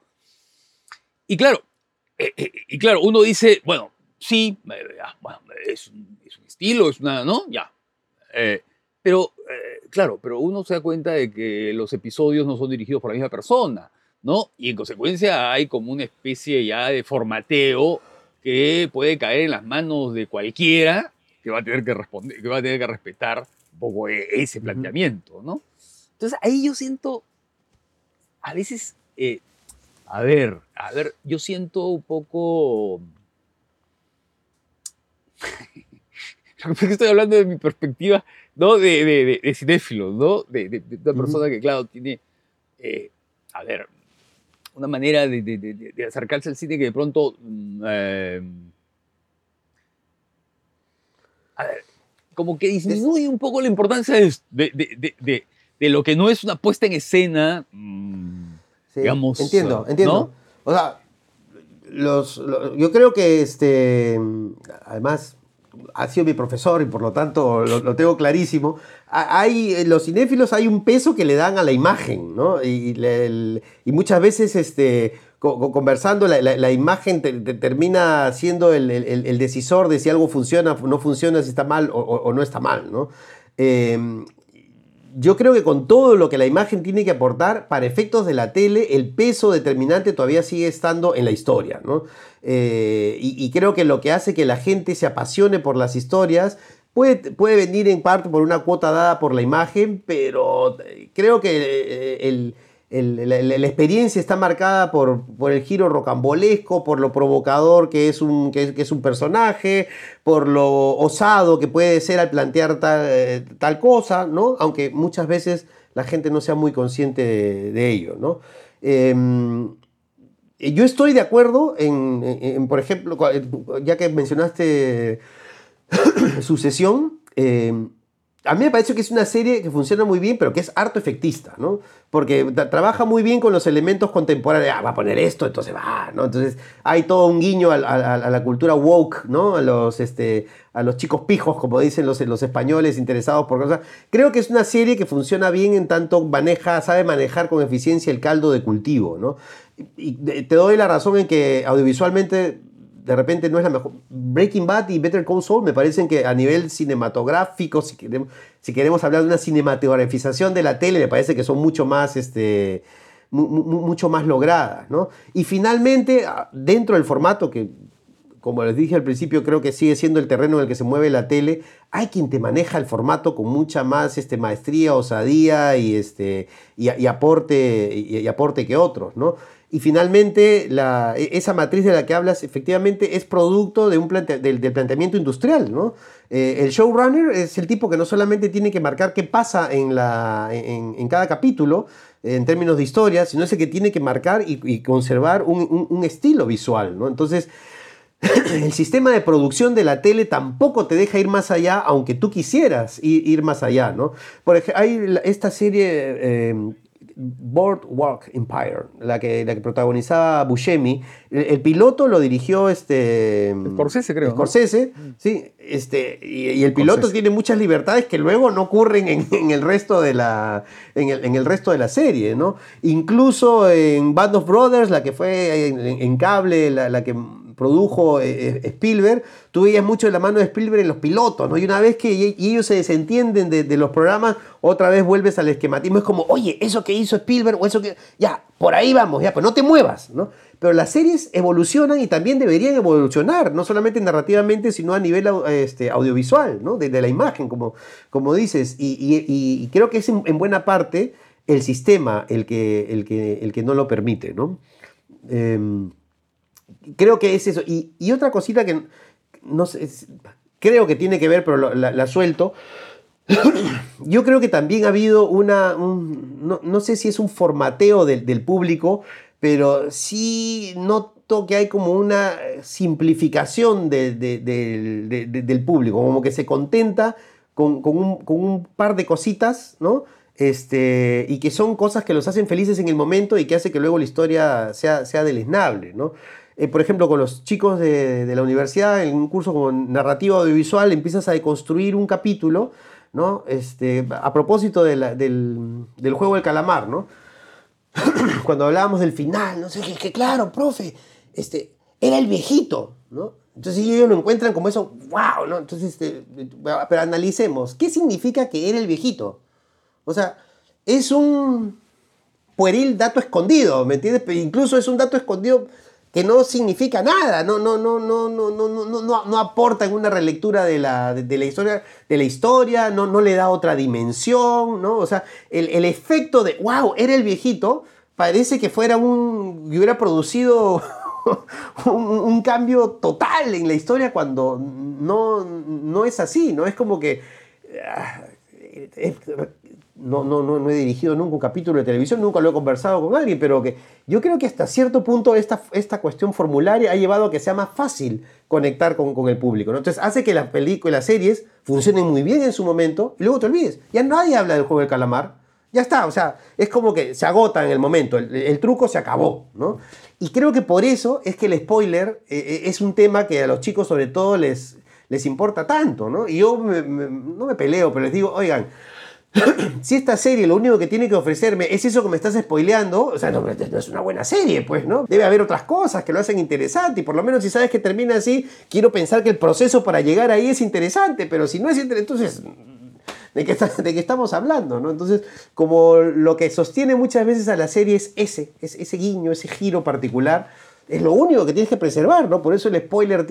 Y claro, uno dice, bueno, sí, bueno, es un estilo, es una, ¿no? Ya. Claro, pero uno se da cuenta de que los episodios no son dirigidos por la misma persona, ¿no? Y en consecuencia hay como una especie ya de formateo que puede caer en las manos de cualquiera que va a tener que responder, que va a tener que respetar un poco ese planteamiento, ¿no? Entonces ahí yo siento, a veces, a ver, yo siento un poco... Lo que pasa es que estoy hablando de mi perspectiva, ¿no? De cinéfilo, ¿no? De una persona que, claro, tiene, a ver, una manera de acercarse al cine que de pronto, a ver, como que disminuye un poco la importancia de lo que no es una puesta en escena, Sí, digamos. entiendo. ¿No? O sea, yo creo que además ha sido mi profesor y por lo tanto lo tengo clarísimo. Los cinéfilos hay un peso que le dan a la imagen, ¿no? Y muchas veces conversando la imagen termina siendo el decisor de si algo funciona o no funciona, si está mal o no está mal, ¿no? Yo creo que con todo lo que la imagen tiene que aportar, para efectos de la tele, el peso determinante todavía sigue estando en la historia, ¿no? Y creo que lo que hace que la gente se apasione por las historias puede venir en parte por una cuota dada por la imagen, pero creo que la experiencia está marcada por el giro rocambolesco, por lo provocador que es un personaje, por lo osado que puede ser al plantear tal cosa, ¿no? Aunque muchas veces la gente no sea muy consciente de ello, ¿no? Yo estoy de acuerdo en, por ejemplo, ya que mencionaste Sucesión, a mí me parece que es una serie que funciona muy bien, pero que es harto efectista, ¿no? Porque trabaja muy bien con los elementos contemporáneos. Va a poner esto, entonces va, ¿no? Entonces hay todo un guiño a la cultura woke, ¿no? A los chicos pijos, como dicen los españoles interesados por cosas. Creo que es una serie que funciona bien en tanto sabe manejar con eficiencia el caldo de cultivo, ¿no? Y te doy la razón en que audiovisualmente de repente no es la mejor. Breaking Bad y Better Call Saul me parecen que a nivel cinematográfico, si queremos hablar de una cinematografización de la tele, me parece que son mucho más, mucho más logradas, ¿no? Y finalmente, dentro del formato que como les dije al principio, creo que sigue siendo el terreno en el que se mueve la tele. Hay quien te maneja el formato con mucha más maestría, osadía y aporte que otros, ¿no? Y finalmente, esa matriz de la que hablas efectivamente es producto de del planteamiento industrial, ¿no? El showrunner es el tipo que no solamente tiene que marcar qué pasa en cada capítulo, en términos de historia, sino es el que tiene que marcar y conservar un estilo visual, ¿no? Entonces, el sistema de producción de la tele tampoco te deja ir más allá, aunque tú quisieras ir más allá, ¿no? Por ejemplo, hay esta serie Boardwalk Empire, la que protagonizaba Buscemi. El piloto lo dirigió Scorsese, creo, Scorsese, ¿no? sí. Y el piloto tiene muchas libertades que luego no ocurren en el resto de en el resto de la serie, ¿no? Incluso en Band of Brothers, la que fue en cable, la que produjo Spielberg, tú veías mucho de la mano de Spielberg en los pilotos, ¿no? Y una vez que ellos se desentienden de los programas, otra vez vuelves al esquematismo. Es como, oye, eso que hizo Spielberg o eso que... Ya, por ahí vamos, ya, pues no te muevas, ¿no? Pero las series evolucionan y también deberían evolucionar, no solamente narrativamente, sino a nivel audiovisual, ¿no? De la imagen, como dices. Y creo que es en buena parte el sistema el que no lo permite, ¿no? Creo que es eso. Y otra cosita que no sé, creo que tiene que ver, pero la suelto. Yo creo que también ha habido no sé si es un formateo del público, pero sí noto que hay como una simplificación del público, como que se contenta con un par de cositas, ¿no? Y que son cosas que los hacen felices en el momento y que hace que luego la historia sea deleznable, ¿no? Por ejemplo, con los chicos de la universidad, en un curso como narrativa audiovisual, empiezas a deconstruir un capítulo, ¿no? A propósito del juego del calamar, ¿no? Cuando hablábamos del final, no sé, que claro, profe, era el viejito, ¿no? Entonces ellos lo encuentran como eso, wow, ¿no? Entonces, pero analicemos, ¿qué significa que era el viejito? O sea, es un pueril dato escondido, ¿me entiendes? Pero incluso es un dato escondido que no significa nada, no aporta en una relectura de la historia, no le da otra dimensión, ¿no? O sea, el efecto de, wow, era el viejito, parece que que hubiera producido un cambio total en la historia cuando no es así, ¿no? Es como que... No he dirigido nunca un capítulo de televisión, nunca lo he conversado con alguien, pero que yo creo que hasta cierto punto esta cuestión formularia ha llevado a que sea más fácil conectar con el público, ¿no? Entonces hace que las películas, las series funcionen muy bien en su momento y luego te olvides. Ya nadie habla del juego del calamar. Ya está, o sea, es como que se agota en el momento, el truco se acabó, ¿no? Y creo que por eso es que el spoiler es un tema que a los chicos sobre todo les importa tanto, ¿no? Y yo no me peleo, pero les digo, oigan, si esta serie lo único que tiene que ofrecerme es eso que me estás spoileando, o sea, no es una buena serie, pues, ¿no? Debe haber otras cosas que lo hacen interesante y por lo menos si sabes que termina así, quiero pensar que el proceso para llegar ahí es interesante, pero si no es interesante, entonces, ¿de qué estamos hablando, no? Entonces, como lo que sostiene muchas veces a la serie es ese guiño, ese giro particular, es lo único que tienes que preservar, ¿no? Por eso el spoiler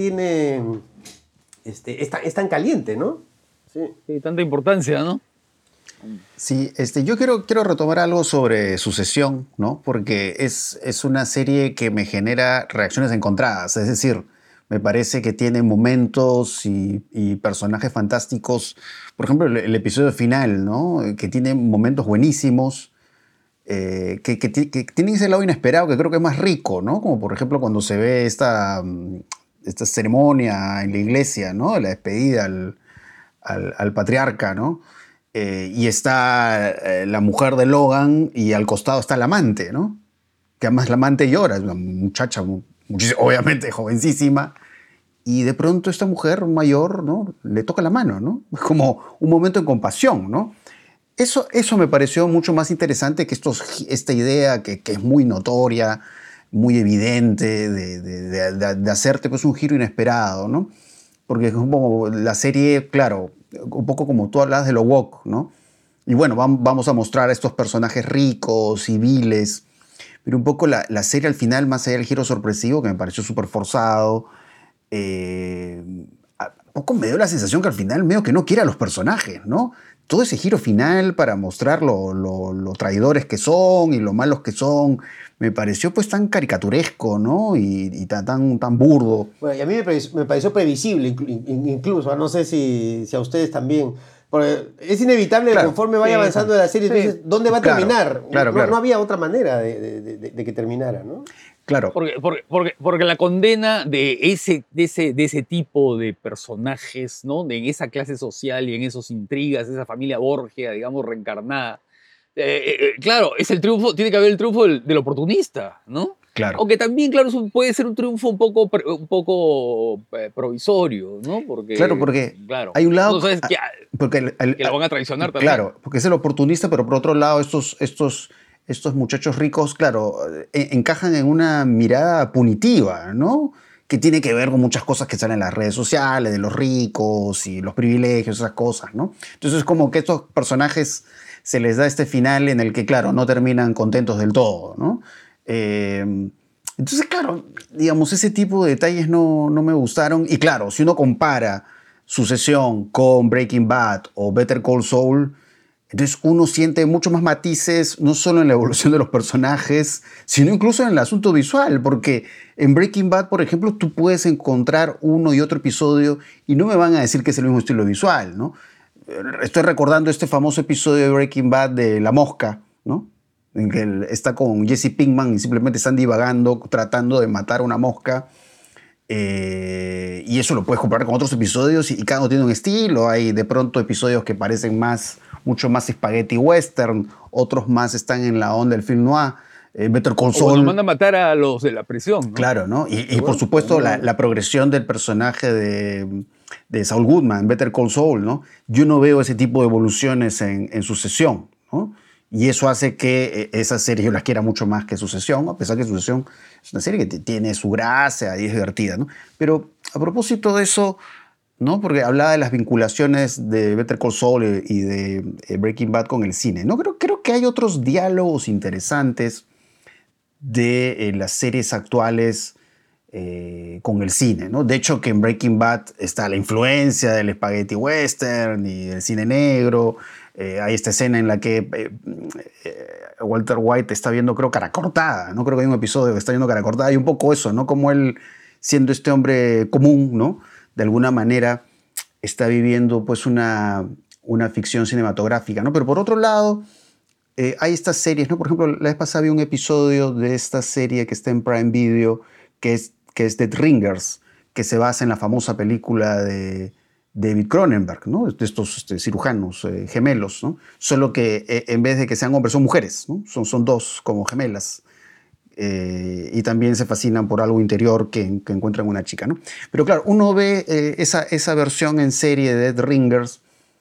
es tan caliente, ¿no? Sí, tanta importancia, ¿no? Sí, yo quiero retomar algo sobre Sucesión, ¿no? Porque es una serie que me genera reacciones encontradas. Es decir, me parece que tiene momentos y personajes fantásticos. Por ejemplo, el episodio final, ¿no? Que tiene momentos buenísimos, que tienen ese lado inesperado que creo que es más rico, ¿no? Como por ejemplo cuando se ve esta ceremonia en la iglesia, ¿no? La despedida al patriarca, ¿no? Y está la mujer de Logan y al costado está la amante, ¿no? Que además la amante llora, es una muchacha obviamente jovencísima, y de pronto esta mujer mayor, ¿no? Le toca la mano, ¿no? Es como un momento de compasión, ¿no? Eso me pareció mucho más interesante que esta idea que es muy notoria, muy evidente, de hacerte pues, un giro inesperado, ¿no? Porque es como la serie, claro, un poco como tú hablas de lo woke, ¿no? Y bueno, vamos a mostrar a estos personajes ricos y viles, pero un poco la serie al final, más allá del giro sorpresivo, que me pareció súper forzado, a poco me dio la sensación que al final medio que no quiere a los personajes, ¿no? Todo ese giro final para mostrar lo traidores que son y lo malos que son, me pareció pues tan caricaturesco, ¿no? Y tan burdo. Bueno, y a mí me pareció previsible incluso, no sé si a ustedes también. Porque es inevitable que conforme vaya avanzando la serie, entonces, ¿dónde va a terminar? No había otra manera de que terminara, ¿no? Claro. Porque la condena de ese tipo de personajes, ¿no? En esa clase social y en esas intrigas, esa familia Borgia, digamos, reencarnada. Claro, es el triunfo, tiene que haber el triunfo del oportunista, ¿no? Claro. Aunque también, claro, puede ser un triunfo un poco provisorio, ¿no? Porque hay un lado... no sabes que lo van a traicionar también. Claro, porque es el oportunista, pero por otro lado estos muchachos ricos, claro, encajan en una mirada punitiva, ¿no? Que tiene que ver con muchas cosas que salen en las redes sociales, de los ricos y los privilegios, esas cosas, ¿no? Entonces es como que estos personajes se les da este final en el que, claro, no terminan contentos del todo, ¿no? Entonces, claro, digamos, ese tipo de detalles no me gustaron. Y claro, si uno compara Sucesión con Breaking Bad o Better Call Saul, entonces uno siente mucho más matices, no solo en la evolución de los personajes, sino incluso en el asunto visual, porque en Breaking Bad, por ejemplo, tú puedes encontrar uno y otro episodio y no me van a decir que es el mismo estilo visual, ¿no? Estoy recordando este famoso episodio de Breaking Bad de La Mosca, ¿no? En que él está con Jesse Pinkman y simplemente están divagando, tratando de matar a una mosca. Y eso lo puedes comparar con otros episodios y cada uno tiene un estilo. Hay de pronto episodios que parecen mucho más spaghetti western, otros más están en la onda del film noir. Better Call Saul. Cuando manda a matar a los de la prisión, ¿no? Claro, ¿no? Y por supuesto la progresión del personaje de Saul Goodman, Better Call Saul, ¿no? Yo no veo ese tipo de evoluciones en Sucesión, ¿no? Y eso hace que esa serie yo la quiera mucho más que Sucesión, a pesar que Sucesión es una serie que tiene su gracia y es divertida, ¿no? Pero a propósito de eso, ¿no? Porque hablaba de las vinculaciones de Better Call Saul y de Breaking Bad con el cine, ¿no? Creo que hay otros diálogos interesantes de las series actuales con el cine, ¿no? De hecho, que en Breaking Bad está la influencia del spaghetti western y del cine negro. Hay esta escena en la que Walter White está viendo, creo, Cara Cortada, ¿no? Creo que hay un episodio que está viendo Cara Cortada y un poco eso, ¿no? Como él, siendo este hombre común, ¿no? De alguna manera está viviendo pues una ficción cinematográfica, ¿no? Pero por otro lado, hay estas series, ¿no? Por ejemplo, la vez pasada vi un episodio de esta serie que está en Prime Video, que es Dead Ringers, que se basa en la famosa película de David Cronenberg, ¿no? De estos cirujanos gemelos, ¿no? Solo que en vez de que sean hombres, son mujeres, ¿no? Son dos como gemelas. Y también se fascinan por algo interior que encuentran en una chica, ¿no? Pero claro, uno ve esa versión en serie de Dead Ringers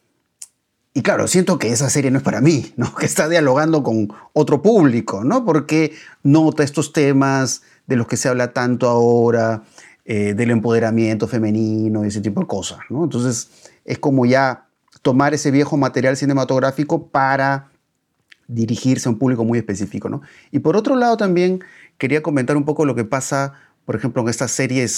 y claro, siento que esa serie no es para mí, ¿no? Que está dialogando con otro público, ¿no? Porque nota estos temas de los que se habla tanto ahora, del empoderamiento femenino y ese tipo de cosas, ¿no? Entonces es como ya tomar ese viejo material cinematográfico para dirigirse a un público muy específico, ¿no? Y por otro lado también quería comentar un poco lo que pasa, por ejemplo, en estas series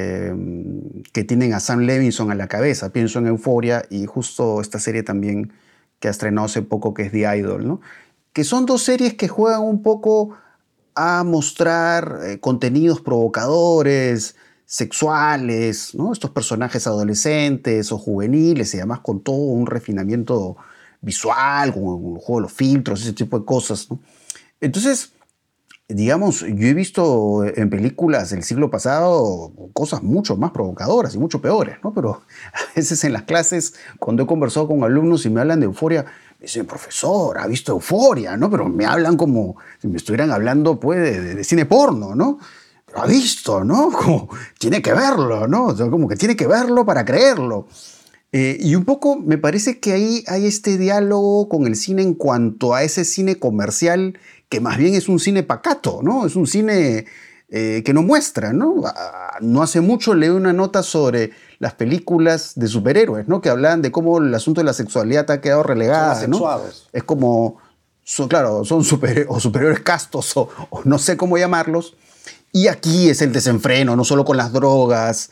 que tienen a Sam Levinson a la cabeza. Pienso en Euphoria y justo esta serie también que ha estrenado hace poco, que es The Idol, ¿no? Que son dos series que juegan un poco a mostrar contenidos provocadores, sexuales, ¿no? Estos personajes adolescentes o juveniles y además con todo un refinamiento visual, con el juego de los filtros, ese tipo de cosas, ¿no? Entonces, digamos, yo he visto en películas del siglo pasado cosas mucho más provocadoras y mucho peores, ¿no? Pero a veces en las clases, cuando he conversado con alumnos y me hablan de Euphoria, me dicen, profesor, ¿ha visto Euphoria? ¿No? Pero me hablan como si me estuvieran hablando pues, de cine porno, ¿no? Pero ha visto, ¿no? Como tiene que verlo, ¿no? O sea, como que tiene que verlo para creerlo. Y un poco me parece que ahí hay este diálogo con el cine en cuanto a ese cine comercial que más bien es un cine pacato, ¿no? Es un cine que no muestra, ¿no? No hace mucho leí una nota sobre las películas de superhéroes, ¿no? Que hablaban de cómo el asunto de la sexualidad ha quedado relegada, ¿no? Es como, son superiores castos o no sé cómo llamarlos. Y aquí es el desenfreno, no solo con las drogas,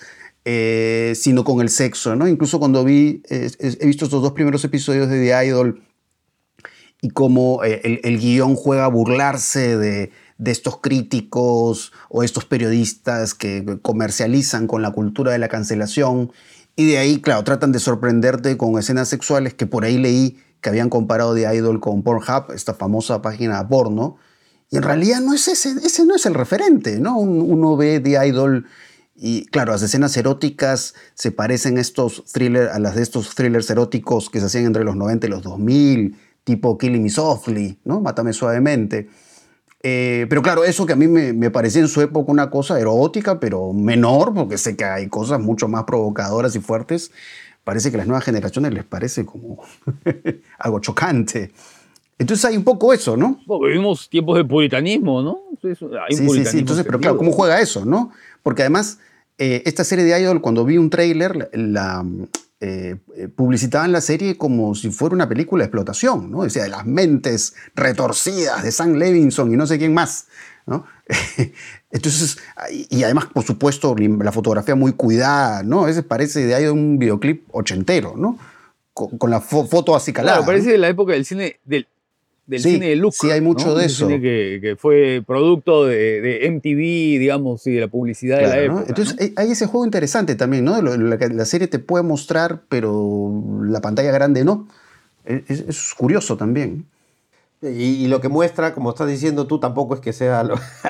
sino con el sexo, ¿no? Incluso cuando he visto estos 2 primeros episodios de The Idol y cómo el guión juega a burlarse de estos críticos o estos periodistas que comercializan con la cultura de la cancelación, y de ahí, claro, tratan de sorprenderte con escenas sexuales que por ahí leí que habían comparado The Idol con Pornhub, esta famosa página porno, y en realidad no es ese no es el referente, ¿no? Uno ve The Idol y, claro, las escenas eróticas se parecen a las de estos thrillers eróticos que se hacían entre los 90 y los 2000, tipo Killing Me Softly, ¿no? Mátame suavemente. Pero claro, eso que a mí me parecía en su época una cosa erótica, pero menor, porque sé que hay cosas mucho más provocadoras y fuertes, parece que a las nuevas generaciones les parece como algo chocante. Entonces hay un poco eso, ¿no? Bueno, vivimos tiempos de puritanismo, ¿no? Hay un Sí. Entonces, pero claro, ¿cómo juega eso, no? Porque además, esta serie de Idol, cuando vi un tráiler, publicitaban la serie como si fuera una película de explotación, ¿no? Decía, de las mentes retorcidas de Sam Levinson y no sé quién más, ¿no? Entonces, y además, por supuesto, la fotografía muy cuidada, ¿no? A veces parece de ahí un videoclip ochentero, ¿no? Con la foto acicalada. Claro, parece ¿no? de la época del cine del Sí, cine de look. sí, hay mucho, ¿no?, de eso. Cine que fue producto de MTV, digamos, y de la publicidad, claro, de la época. ¿no? Entonces, ¿no? hay ese juego interesante también, ¿no? La serie te puede mostrar, pero la pantalla grande no. Es curioso también. Y lo que muestra, como estás diciendo tú, tampoco es que sea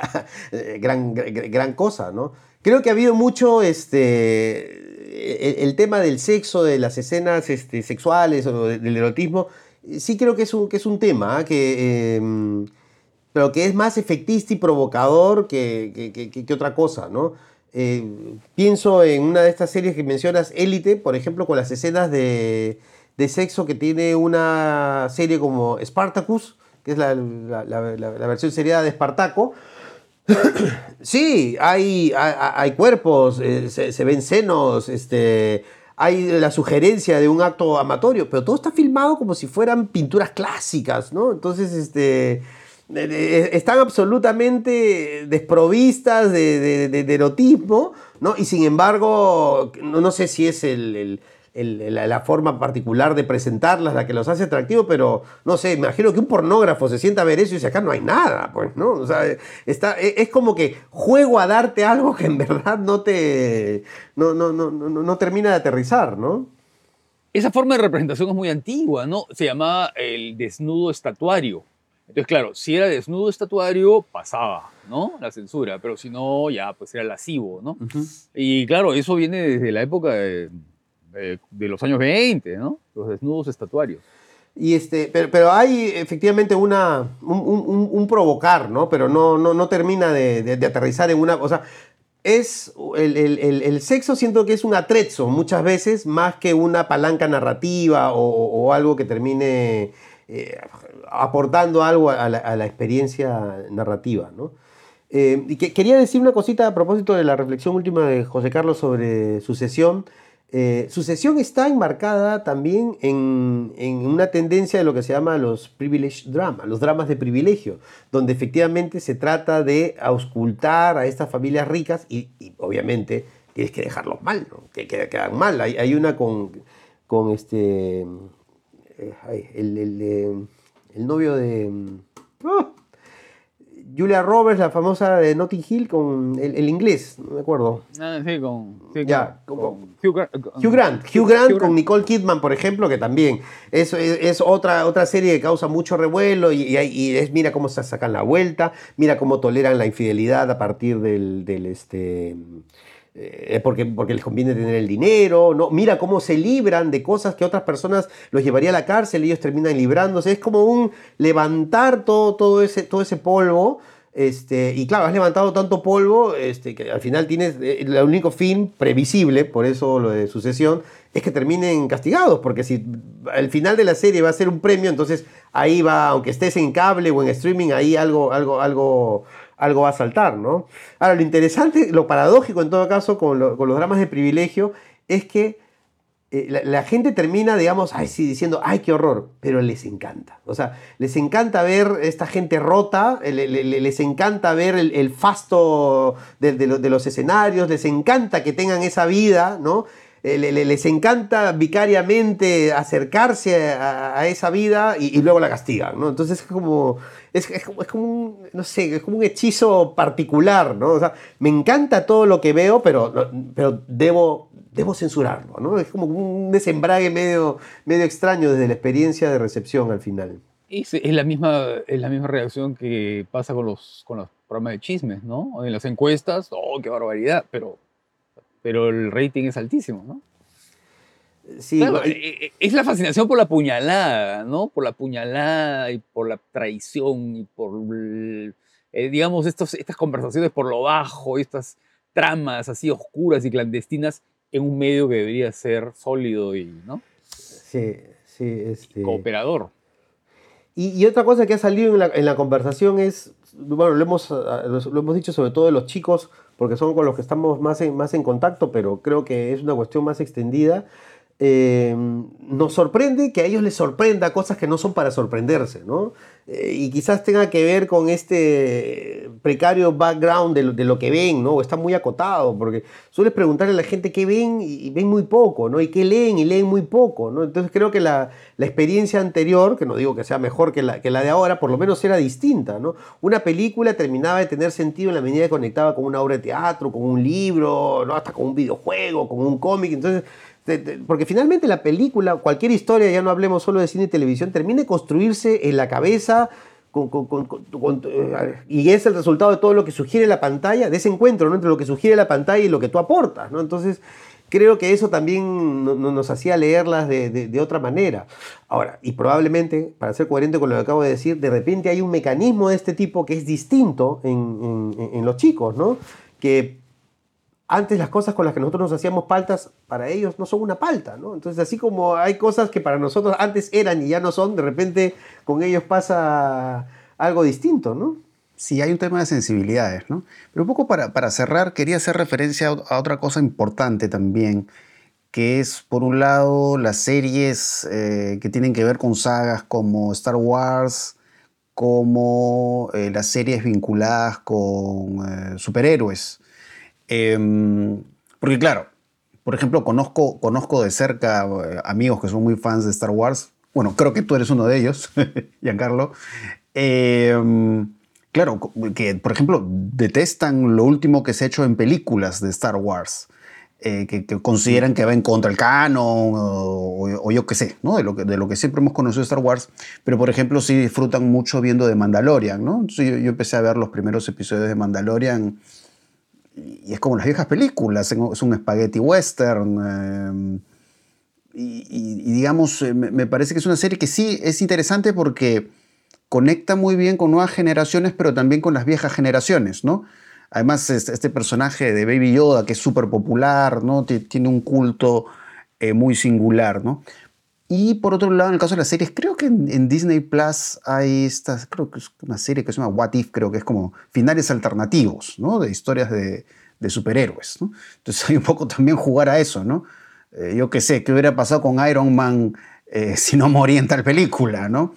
gran cosa, ¿no? Creo que ha habido mucho el tema del sexo, de las escenas sexuales o del erotismo. Sí creo que es un tema pero que es más efectista y provocador que otra cosa, ¿no? Pienso en una de estas series que mencionas, Élite, por ejemplo, con las escenas de sexo que tiene una serie como Spartacus, que es la versión seriada de Espartaco. Sí, hay cuerpos, se ven senos, hay la sugerencia de un acto amatorio, pero todo está filmado como si fueran pinturas clásicas, ¿no? Entonces, están absolutamente desprovistas de erotismo, ¿no? Y sin embargo, no sé si es la forma particular de presentarlas la que los hace atractivos, pero no sé, me imagino que un pornógrafo se sienta a ver eso y dice, acá no hay nada, pues, ¿no? O sea, es como que juego a darte algo que en verdad no termina de aterrizar, ¿no? Esa forma de representación es muy antigua, ¿no? Se llamaba el desnudo estatuario. Entonces, claro, si era desnudo estatuario, pasaba, ¿no? La censura, pero si no, ya, pues era lascivo, ¿no? Uh-huh. Y claro, eso viene desde la época de los años 20, ¿no? Los desnudos estatuarios. Y pero hay efectivamente un provocar, ¿no? Pero no termina de aterrizar en una... O sea, el sexo siento que es un atrezzo muchas veces, más que una palanca narrativa o algo que termine aportando algo a la experiencia narrativa, ¿no? Y quería decir una cosita a propósito de la reflexión última de José Carlos sobre Sucesión. Sucesión está enmarcada también en una tendencia de lo que se llama los privilege drama, los dramas de privilegio, donde efectivamente se trata de auscultar a estas familias ricas y obviamente tienes que dejarlos mal, ¿no? que quedan mal. Hay una con el novio de Julia Roberts, la famosa de Notting Hill, con el inglés, no me acuerdo. Sí, con Hugh Grant con Nicole Kidman, por ejemplo, que también es otra serie que causa mucho revuelo y mira cómo se sacan la vuelta, mira cómo toleran la infidelidad a partir porque les conviene tener el dinero, ¿no? Mira cómo se libran de cosas que otras personas los llevaría a la cárcel y ellos terminan librándose. Es como un levantar todo ese polvo. Y claro, has levantado tanto polvo que al final tienes el único fin previsible, por eso lo de Sucesión, es que terminen castigados, porque si al final de la serie va a ser un premio, entonces ahí va, aunque estés en cable o en streaming, ahí algo va a saltar, ¿no? Ahora, lo interesante, lo paradójico en todo caso con los dramas de privilegio es que la gente termina, digamos, ay, sí, diciendo, ay, qué horror, pero les encanta. O sea, les encanta ver esta gente rota, les encanta ver el fasto de los escenarios, les encanta que tengan esa vida, ¿no? Les encanta vicariamente acercarse a esa vida y luego la castigan, ¿no? Entonces es como un, no sé, es como un hechizo particular, ¿no? O sea, me encanta todo lo que veo, pero debo censurarlo, ¿no? Es como un desembrague medio extraño desde la experiencia de recepción al final. Es la misma reacción que pasa con los programas de chismes, ¿no? En las encuestas, ¡oh, qué barbaridad! Pero el rating es altísimo, ¿no? Sí, Claro, es la fascinación por la puñalada, ¿no? Por la puñalada y por la traición y por, digamos, estas conversaciones por lo bajo, estas tramas así oscuras y clandestinas en un medio que debería ser sólido y, ¿no? sí, Cooperador. Y otra cosa que ha salido en la conversación es, bueno, lo hemos dicho sobre todo de los chicos, porque son con los que estamos más en contacto, pero creo que es una cuestión más extendida. Nos sorprende que a ellos les sorprenda cosas que no son para sorprenderse, ¿no? Y quizás tenga que ver con este precario background de lo que ven, ¿no? O está muy acotado, porque sueles preguntarle a la gente qué ven y ven muy poco, ¿no? Y qué leen y leen muy poco, ¿no? Entonces creo que la experiencia anterior, que no digo que sea mejor que la de ahora, por lo menos era distinta, ¿no? Una película terminaba de tener sentido en la medida que conectaba con una obra de teatro, con un libro, ¿no? Hasta con un videojuego, con un cómic. Entonces, porque finalmente la película, cualquier historia, ya no hablemos solo de cine y televisión, termina de construirse en la cabeza y es el resultado de todo lo que sugiere la pantalla, de ese encuentro, ¿no? Entre lo que sugiere la pantalla y lo que tú aportas, ¿no? Entonces creo que eso también nos hacía leerlas de otra manera. Ahora, y probablemente, para ser coherente con lo que acabo de decir, de repente hay un mecanismo de este tipo que es distinto en los chicos, ¿no? Que antes las cosas con las que nosotros nos hacíamos paltas, para ellos no son una palta, ¿no? Entonces, así como hay cosas que para nosotros antes eran y ya no son, de repente con ellos pasa algo distinto, ¿no? Sí, hay un tema de sensibilidades, ¿no? Pero un poco para cerrar, quería hacer referencia a otra cosa importante también, que es, por un lado, las series que tienen que ver con sagas como Star Wars, como las series vinculadas con superhéroes. Porque claro, por ejemplo, conozco de cerca amigos que son muy fans de Star Wars. Bueno, creo que tú eres uno de ellos, Giancarlo. Claro, que por ejemplo detestan lo último que se ha hecho en películas de Star Wars. Que consideran que va en contra del canon o yo qué sé, ¿no? De lo que siempre hemos conocido de Star Wars, pero por ejemplo sí disfrutan mucho viendo The Mandalorian, ¿no? Entonces yo empecé a ver los primeros episodios de Mandalorian y es como las viejas películas, es un spaghetti western y digamos, me parece que es una serie que sí es interesante porque conecta muy bien con nuevas generaciones, pero también con las viejas generaciones, ¿no? Además, este personaje de Baby Yoda, que es súper popular, ¿no? Tiene un culto muy singular, ¿no? Y por otro lado, en el caso de las series, creo que en Disney Plus hay creo que es una serie que se llama What If, creo que es como finales alternativos, ¿no? De historias de superhéroes, ¿no? Entonces hay un poco también jugar a eso, ¿no? Yo qué sé, ¿qué hubiera pasado con Iron Man si no moría en tal película, ¿no?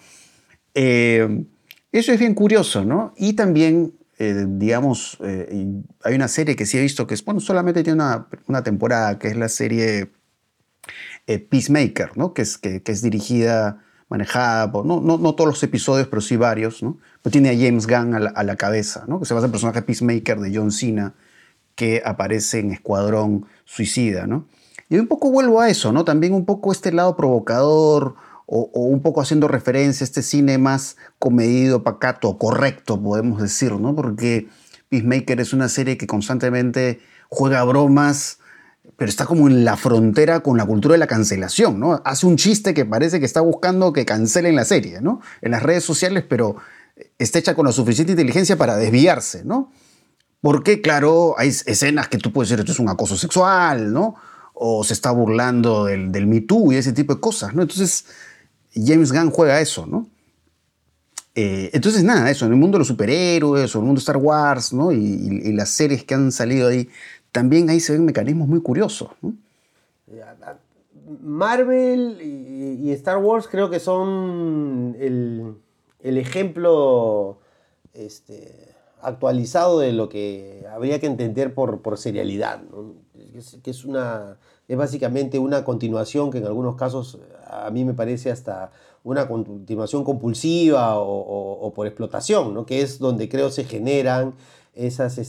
Eso es bien curioso, ¿no? Y también, digamos, hay una serie que sí he visto que es, bueno, solamente tiene una temporada, que es la serie Peacemaker, ¿no? Que es dirigida, manejada por, no todos los episodios, pero sí varios, ¿no? Pero tiene a James Gunn a la cabeza, ¿no? Que se basa en el personaje Peacemaker de John Cena, que aparece en Escuadrón Suicida, ¿no? Y un poco vuelvo a eso, ¿no? También un poco este lado provocador o un poco haciendo referencia a este cine más comedido, pacato, correcto, podemos decir, ¿no? Porque Peacemaker es una serie que constantemente juega bromas, pero está como en la frontera con la cultura de la cancelación, ¿no? Hace un chiste que parece que está buscando que cancelen la serie, ¿no? En las redes sociales, pero está hecha con la suficiente inteligencia para desviarse, ¿no? Porque, claro, hay escenas que tú puedes decir, esto es un acoso sexual, ¿no? O se está burlando del Me Too y ese tipo de cosas, ¿no? Entonces, James Gunn juega eso, ¿no? Entonces, nada, eso, en el mundo de los superhéroes o en el mundo de Star Wars, ¿no? Y las series que han salido ahí, también ahí se ven mecanismos muy curiosos, ¿no? Marvel y Star Wars creo que son el ejemplo actualizado de lo que habría que entender por serialidad, ¿no? Es básicamente una continuación que en algunos casos a mí me parece hasta una continuación compulsiva o por explotación, ¿no? Que es donde creo se generan esas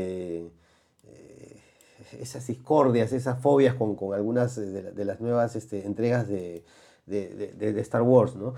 discordias, esas fobias con algunas de las nuevas entregas de Star Wars, ¿no?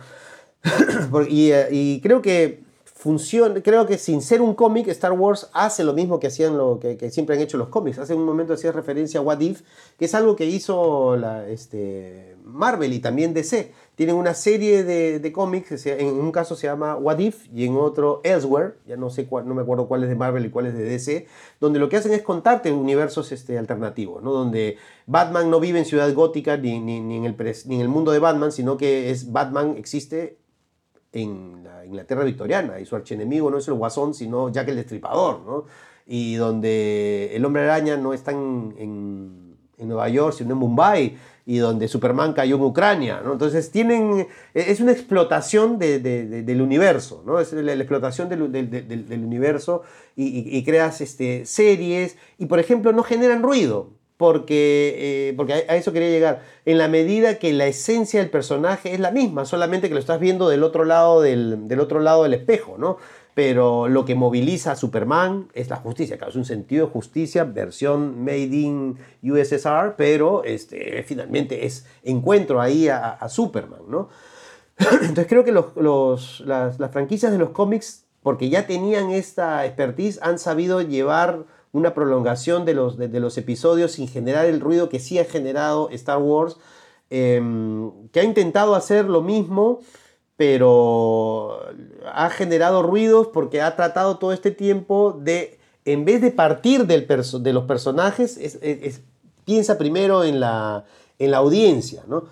y creo que funciona, creo que sin ser un cómic, Star Wars hace lo mismo que hacían que siempre han hecho los cómics. Hace un momento hacía referencia a What If, que es algo que hizo Marvel y también DC. Tienen una serie de cómics, en un caso se llama What If y en otro Elsewhere, ya no me acuerdo cuál es de Marvel y cuál es de DC, donde lo que hacen es contarte universos alternativos, ¿no? Donde Batman no vive en Ciudad Gótica ni en el mundo de Batman, sino que Batman existe en la Inglaterra victoriana y su archienemigo no es el Guasón, sino Jack el Destripador, ¿no? Y donde el Hombre Araña no está en Nueva York, sino en Mumbai, y donde Superman cayó en Ucrania, ¿no? Entonces es una explotación del universo, ¿no? Es la explotación del universo y creas series y, por ejemplo, no generan ruido. Porque a eso quería llegar. En la medida que la esencia del personaje es la misma, solamente que lo estás viendo del otro lado del espejo, ¿no? Pero lo que moviliza a Superman es la justicia. Claro, es un sentido de justicia, versión made in USSR, pero finalmente encuentro ahí a Superman, ¿no? Entonces creo que las franquicias de los cómics, porque ya tenían esta expertise, han sabido llevar una prolongación de los episodios sin generar el ruido que sí ha generado Star Wars, que ha intentado hacer lo mismo, pero ha generado ruidos porque ha tratado todo este tiempo de, en vez de partir de los personajes, piensa primero en la audiencia, ¿no?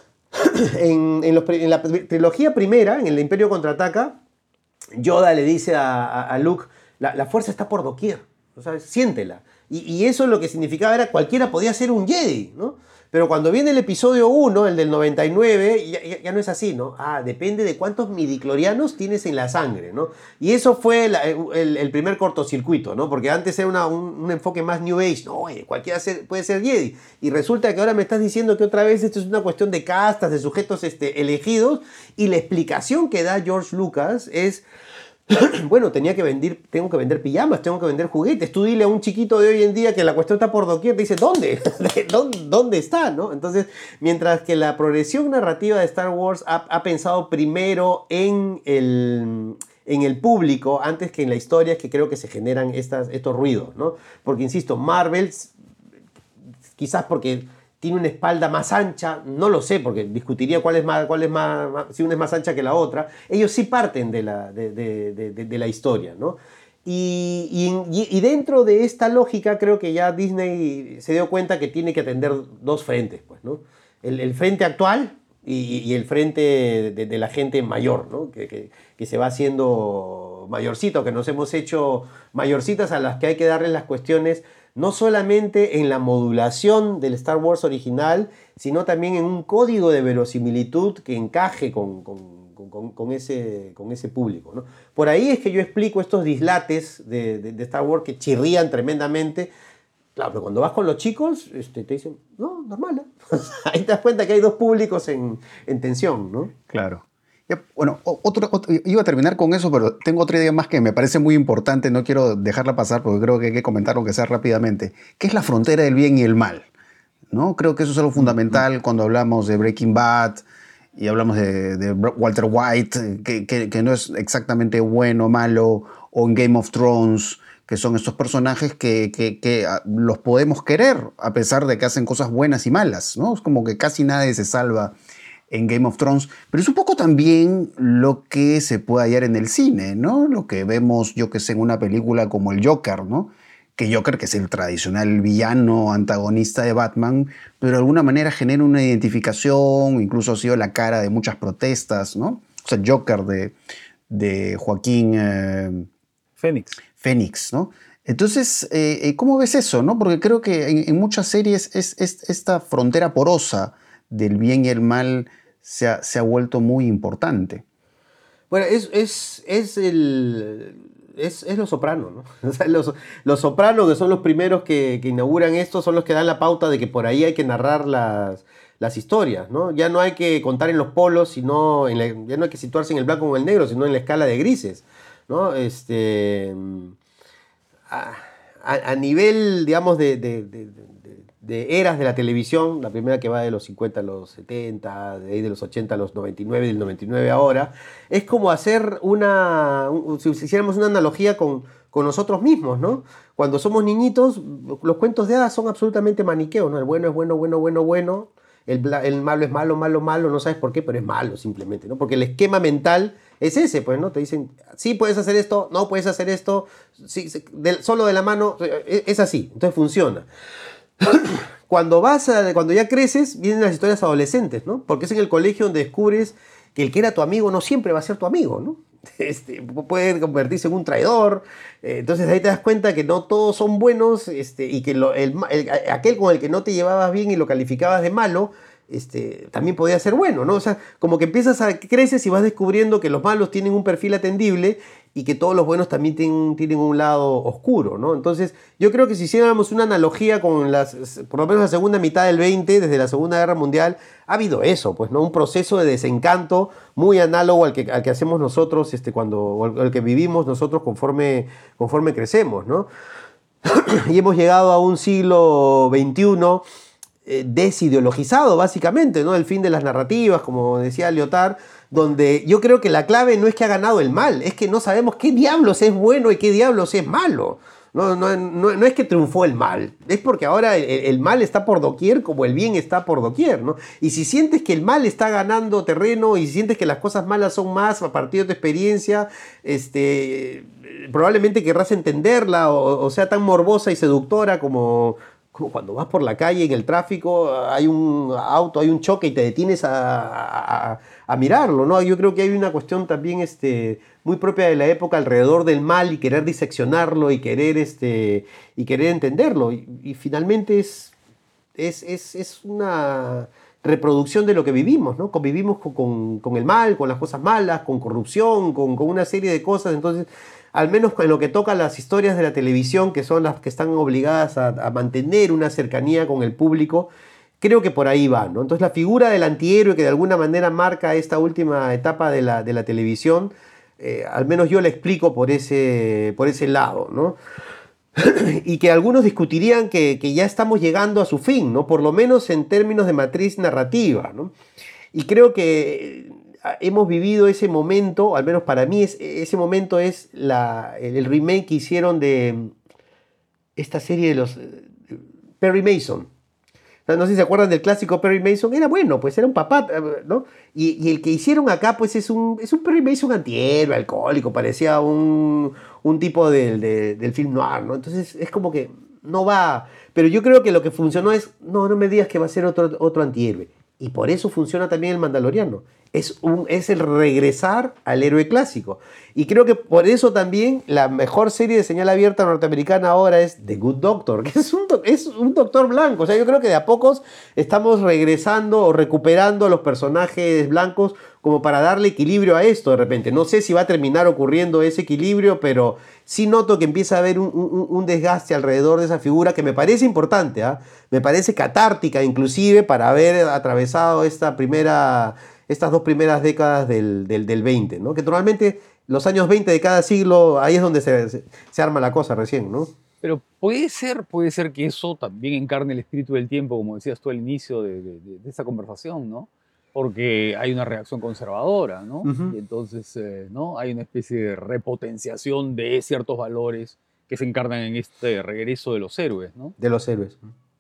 En la trilogía primera, en el Imperio Contraataca, Yoda le dice a Luke, la fuerza está por doquier. ¿Sabes? Siéntela. Y eso lo que significaba era cualquiera podía ser un Jedi, ¿no? Pero cuando viene el episodio 1, el del 99, ya no es así, ¿no? Depende de cuántos midichlorianos tienes en la sangre, ¿no? Y eso fue el primer cortocircuito, ¿no? Porque antes era un enfoque más New Age. No, cualquiera puede ser Jedi. Y resulta que ahora me estás diciendo que otra vez esto es una cuestión de castas, de sujetos elegidos. Y la explicación que da George Lucas es... Bueno, tengo que vender pijamas, tengo que vender juguetes. Tú dile a un chiquito de hoy en día que la cuestión está por doquier, te dice, ¿dónde? ¿Dónde está? ¿No? Entonces, mientras que la progresión narrativa de Star Wars ha pensado primero en el público antes que en la historia, que creo que se generan estos ruidos, ¿no? Porque, insisto, Marvel, quizás porque tiene una espalda más ancha, no lo sé, porque discutiría cuál es más, si una es más ancha que la otra. Ellos sí parten de la historia, ¿no? Y dentro de esta lógica creo que ya Disney se dio cuenta que tiene que atender dos frentes, pues, ¿no? El frente actual y el frente de la gente mayor, ¿no? Que se va haciendo mayorcito, que nos hemos hecho mayorcitas a las que hay que darles las cuestiones no solamente en la modulación del Star Wars original, sino también en un código de verosimilitud que encaje con ese público, ¿no? Por ahí es que yo explico estos dislates de Star Wars que chirrían tremendamente. Claro, pero cuando vas con los chicos, te dicen, no, normal, ¿no? Ahí te das cuenta que hay dos públicos en tensión, ¿no? Claro. Bueno, iba a terminar con eso, pero tengo otra idea más que me parece muy importante, no quiero dejarla pasar porque creo que hay que comentar aunque sea rápidamente, que es la frontera del bien y el mal, ¿no? Creo que eso es algo fundamental cuando hablamos de Breaking Bad y hablamos de Walter White, que no es exactamente bueno o malo, o en Game of Thrones, que son estos personajes que los podemos querer a pesar de que hacen cosas buenas y malas, ¿no? Es como que casi nadie se salva en Game of Thrones, pero es un poco también lo que se puede hallar en el cine, ¿no? Lo que vemos, yo que sé, en una película como el Joker, ¿no? Que Joker, que es el tradicional villano antagonista de Batman, pero de alguna manera genera una identificación, incluso ha sido la cara de muchas protestas, ¿no? O sea, Joker de Joaquín Phoenix, ¿no? Entonces, ¿cómo ves eso, no? Porque creo que en muchas series es esta frontera porosa del bien y el mal se ha vuelto muy importante. Bueno, es Los Sopranos, ¿no? O sea, los Sopranos, que son los primeros que inauguran esto, son los que dan la pauta de que por ahí hay que narrar las historias, ¿no? Ya no hay que contar en los polos, sino ya no hay que situarse en el blanco o en el negro, sino en la escala de grises, ¿no? A nivel, digamos, de eras de la televisión, la primera que va de los 50 a los 70, de ahí de los 80 a los 99, del 99 ahora, es como hacer si hiciéramos una analogía con nosotros mismos, ¿no? Cuando somos niñitos, los cuentos de hadas son absolutamente maniqueos, ¿no? El bueno es bueno, bueno, bueno, bueno, el malo es malo, malo, malo, no sabes por qué, pero es malo simplemente, ¿no? Porque el esquema mental es ese, pues, ¿no? Te dicen, sí puedes hacer esto, no puedes hacer esto, sí, solo de la mano, es así, entonces funciona. Cuando ya creces, vienen las historias adolescentes, ¿no? Porque es en el colegio donde descubres que el que era tu amigo no siempre va a ser tu amigo, ¿no? Puede convertirse en un traidor. Entonces ahí te das cuenta que no todos son buenos, y que aquel con el que no te llevabas bien y lo calificabas de malo, también podía ser bueno, ¿no? O sea, como que creces y vas descubriendo que los malos tienen un perfil atendible y que todos los buenos también tienen un lado oscuro, ¿no? Entonces, yo creo que si hiciéramos una analogía con por lo menos la segunda mitad del 20, desde la Segunda Guerra Mundial, ha habido eso, pues, ¿no? Un proceso de desencanto muy análogo al que hacemos nosotros, o al que vivimos nosotros conforme crecemos, ¿no? Y hemos llegado a un siglo XXI desideologizado, básicamente, ¿no? El fin de las narrativas, como decía Lyotard, donde yo creo que la clave no es que ha ganado el mal, es que no sabemos qué diablos es bueno y qué diablos es malo. No es que triunfó el mal, es porque ahora el mal está por doquier como el bien está por doquier, ¿no? Y si sientes que el mal está ganando terreno y si sientes que las cosas malas son más a partir de tu experiencia, probablemente querrás entenderla o sea tan morbosa y seductora como cuando vas por la calle en el tráfico, hay un auto, hay un choque y te detienes a mirarlo, ¿no? Yo creo que hay una cuestión también muy propia de la época alrededor del mal y querer diseccionarlo y querer entenderlo. Y finalmente es una reproducción de lo que vivimos, ¿no? Convivimos con el mal, con las cosas malas, con corrupción, con una serie de cosas. Entonces, al menos en lo que toca a las historias de la televisión, que son las que están obligadas a mantener una cercanía con el público, creo que por ahí va, ¿no? Entonces la figura del antihéroe que de alguna manera marca esta última etapa de la televisión, al menos yo la explico por ese lado, ¿no? Y que algunos discutirían que ya estamos llegando a su fin, ¿no? Por lo menos en términos de matriz narrativa, ¿no? Y creo que hemos vivido ese momento, al menos para mí ese momento es el remake que hicieron de esta serie de los Perry Mason. O sea, no sé si se acuerdan del clásico Perry Mason, era bueno, pues era un papá, ¿no? Y el que hicieron acá, pues es un Perry Mason antihéroe, alcohólico, parecía un tipo del film noir, ¿no? Entonces es como que no va, pero yo creo que lo que funcionó es, no me digas que va a ser otro antihéroe. Y por eso funciona también el Mandaloriano. Es el regresar al héroe clásico. Y creo que por eso también la mejor serie de señal abierta norteamericana ahora es The Good Doctor, que es un doctor blanco. O sea, yo creo que de a pocos estamos regresando o recuperando a los personajes blancos como para darle equilibrio a esto de repente. No sé si va a terminar ocurriendo ese equilibrio, pero sí noto que empieza a haber un desgaste alrededor de esa figura que me parece importante, ¿eh? Me parece catártica inclusive para haber atravesado estas dos primeras décadas del 20, ¿no? Que normalmente los años 20 de cada siglo, ahí es donde se arma la cosa recién, ¿no? Pero puede ser que eso también encarne el espíritu del tiempo, como decías tú al inicio de esa conversación, ¿no? Porque hay una reacción conservadora, ¿no? Uh-huh. Y entonces, ¿no? Hay una especie de repotenciación de ciertos valores que se encarnan en este regreso de los héroes, ¿no? De los héroes.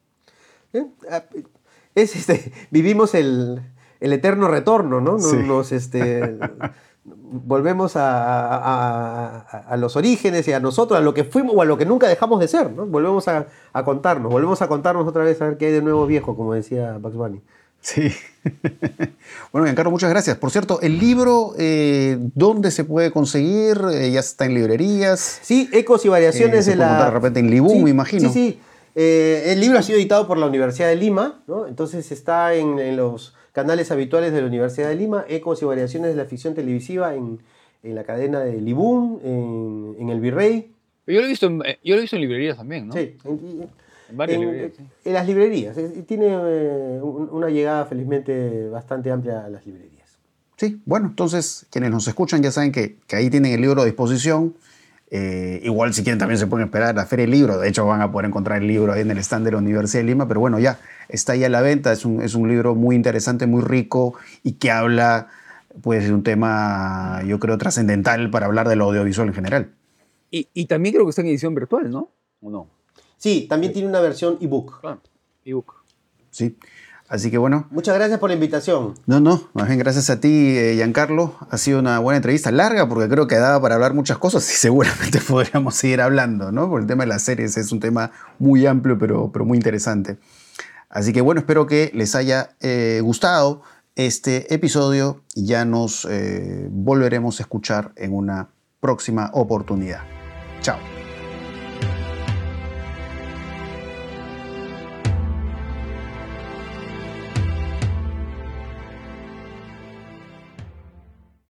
Vivimos el eterno retorno, ¿no? Sí. Volvemos a los orígenes y a nosotros, a lo que fuimos o a lo que nunca dejamos de ser, ¿no? Volvemos a contarnos otra vez a ver qué hay de nuevo viejo, como decía Bugs Bunny. Sí. Bueno, Giancarlo, muchas gracias. Por cierto, el libro, ¿dónde se puede conseguir? ¿Ya está en librerías? Sí, Ecos y Variaciones se de puede encontrar de repente en Libú, sí, me imagino. Sí. El libro ha sido editado por la Universidad de Lima, ¿no? Entonces está en los canales habituales de la Universidad de Lima, Ecos y variaciones de la ficción televisiva en la cadena de Libún, en El Virrey. Pero yo lo he visto en librerías también, ¿no? Sí, En varias librerías. Sí. en las librerías. Tiene una llegada felizmente bastante amplia a las librerías. Sí, bueno, entonces quienes nos escuchan ya saben que ahí tienen el libro a disposición. Igual si quieren también se pueden esperar a la Feria del Libro. De hecho van a poder encontrar el libro ahí en el stand de la Universidad de Lima. Pero bueno, ya está ahí a la venta. Es un libro muy interesante, muy rico y que habla pues, de un tema, yo creo, trascendental para hablar del audiovisual en general. Y también creo que está en edición virtual, ¿no? ¿O no? Sí, también tiene una versión ebook. Claro, ebook. Sí. Así que bueno. Muchas gracias por la invitación. No, más bien gracias a ti, Giancarlo. Ha sido una buena entrevista, larga, porque creo que daba para hablar muchas cosas y seguramente podríamos seguir hablando, ¿no? Porque el tema de las series es un tema muy amplio, pero muy interesante. Así que bueno, espero que les haya gustado este episodio y ya nos volveremos a escuchar en una próxima oportunidad. Chao.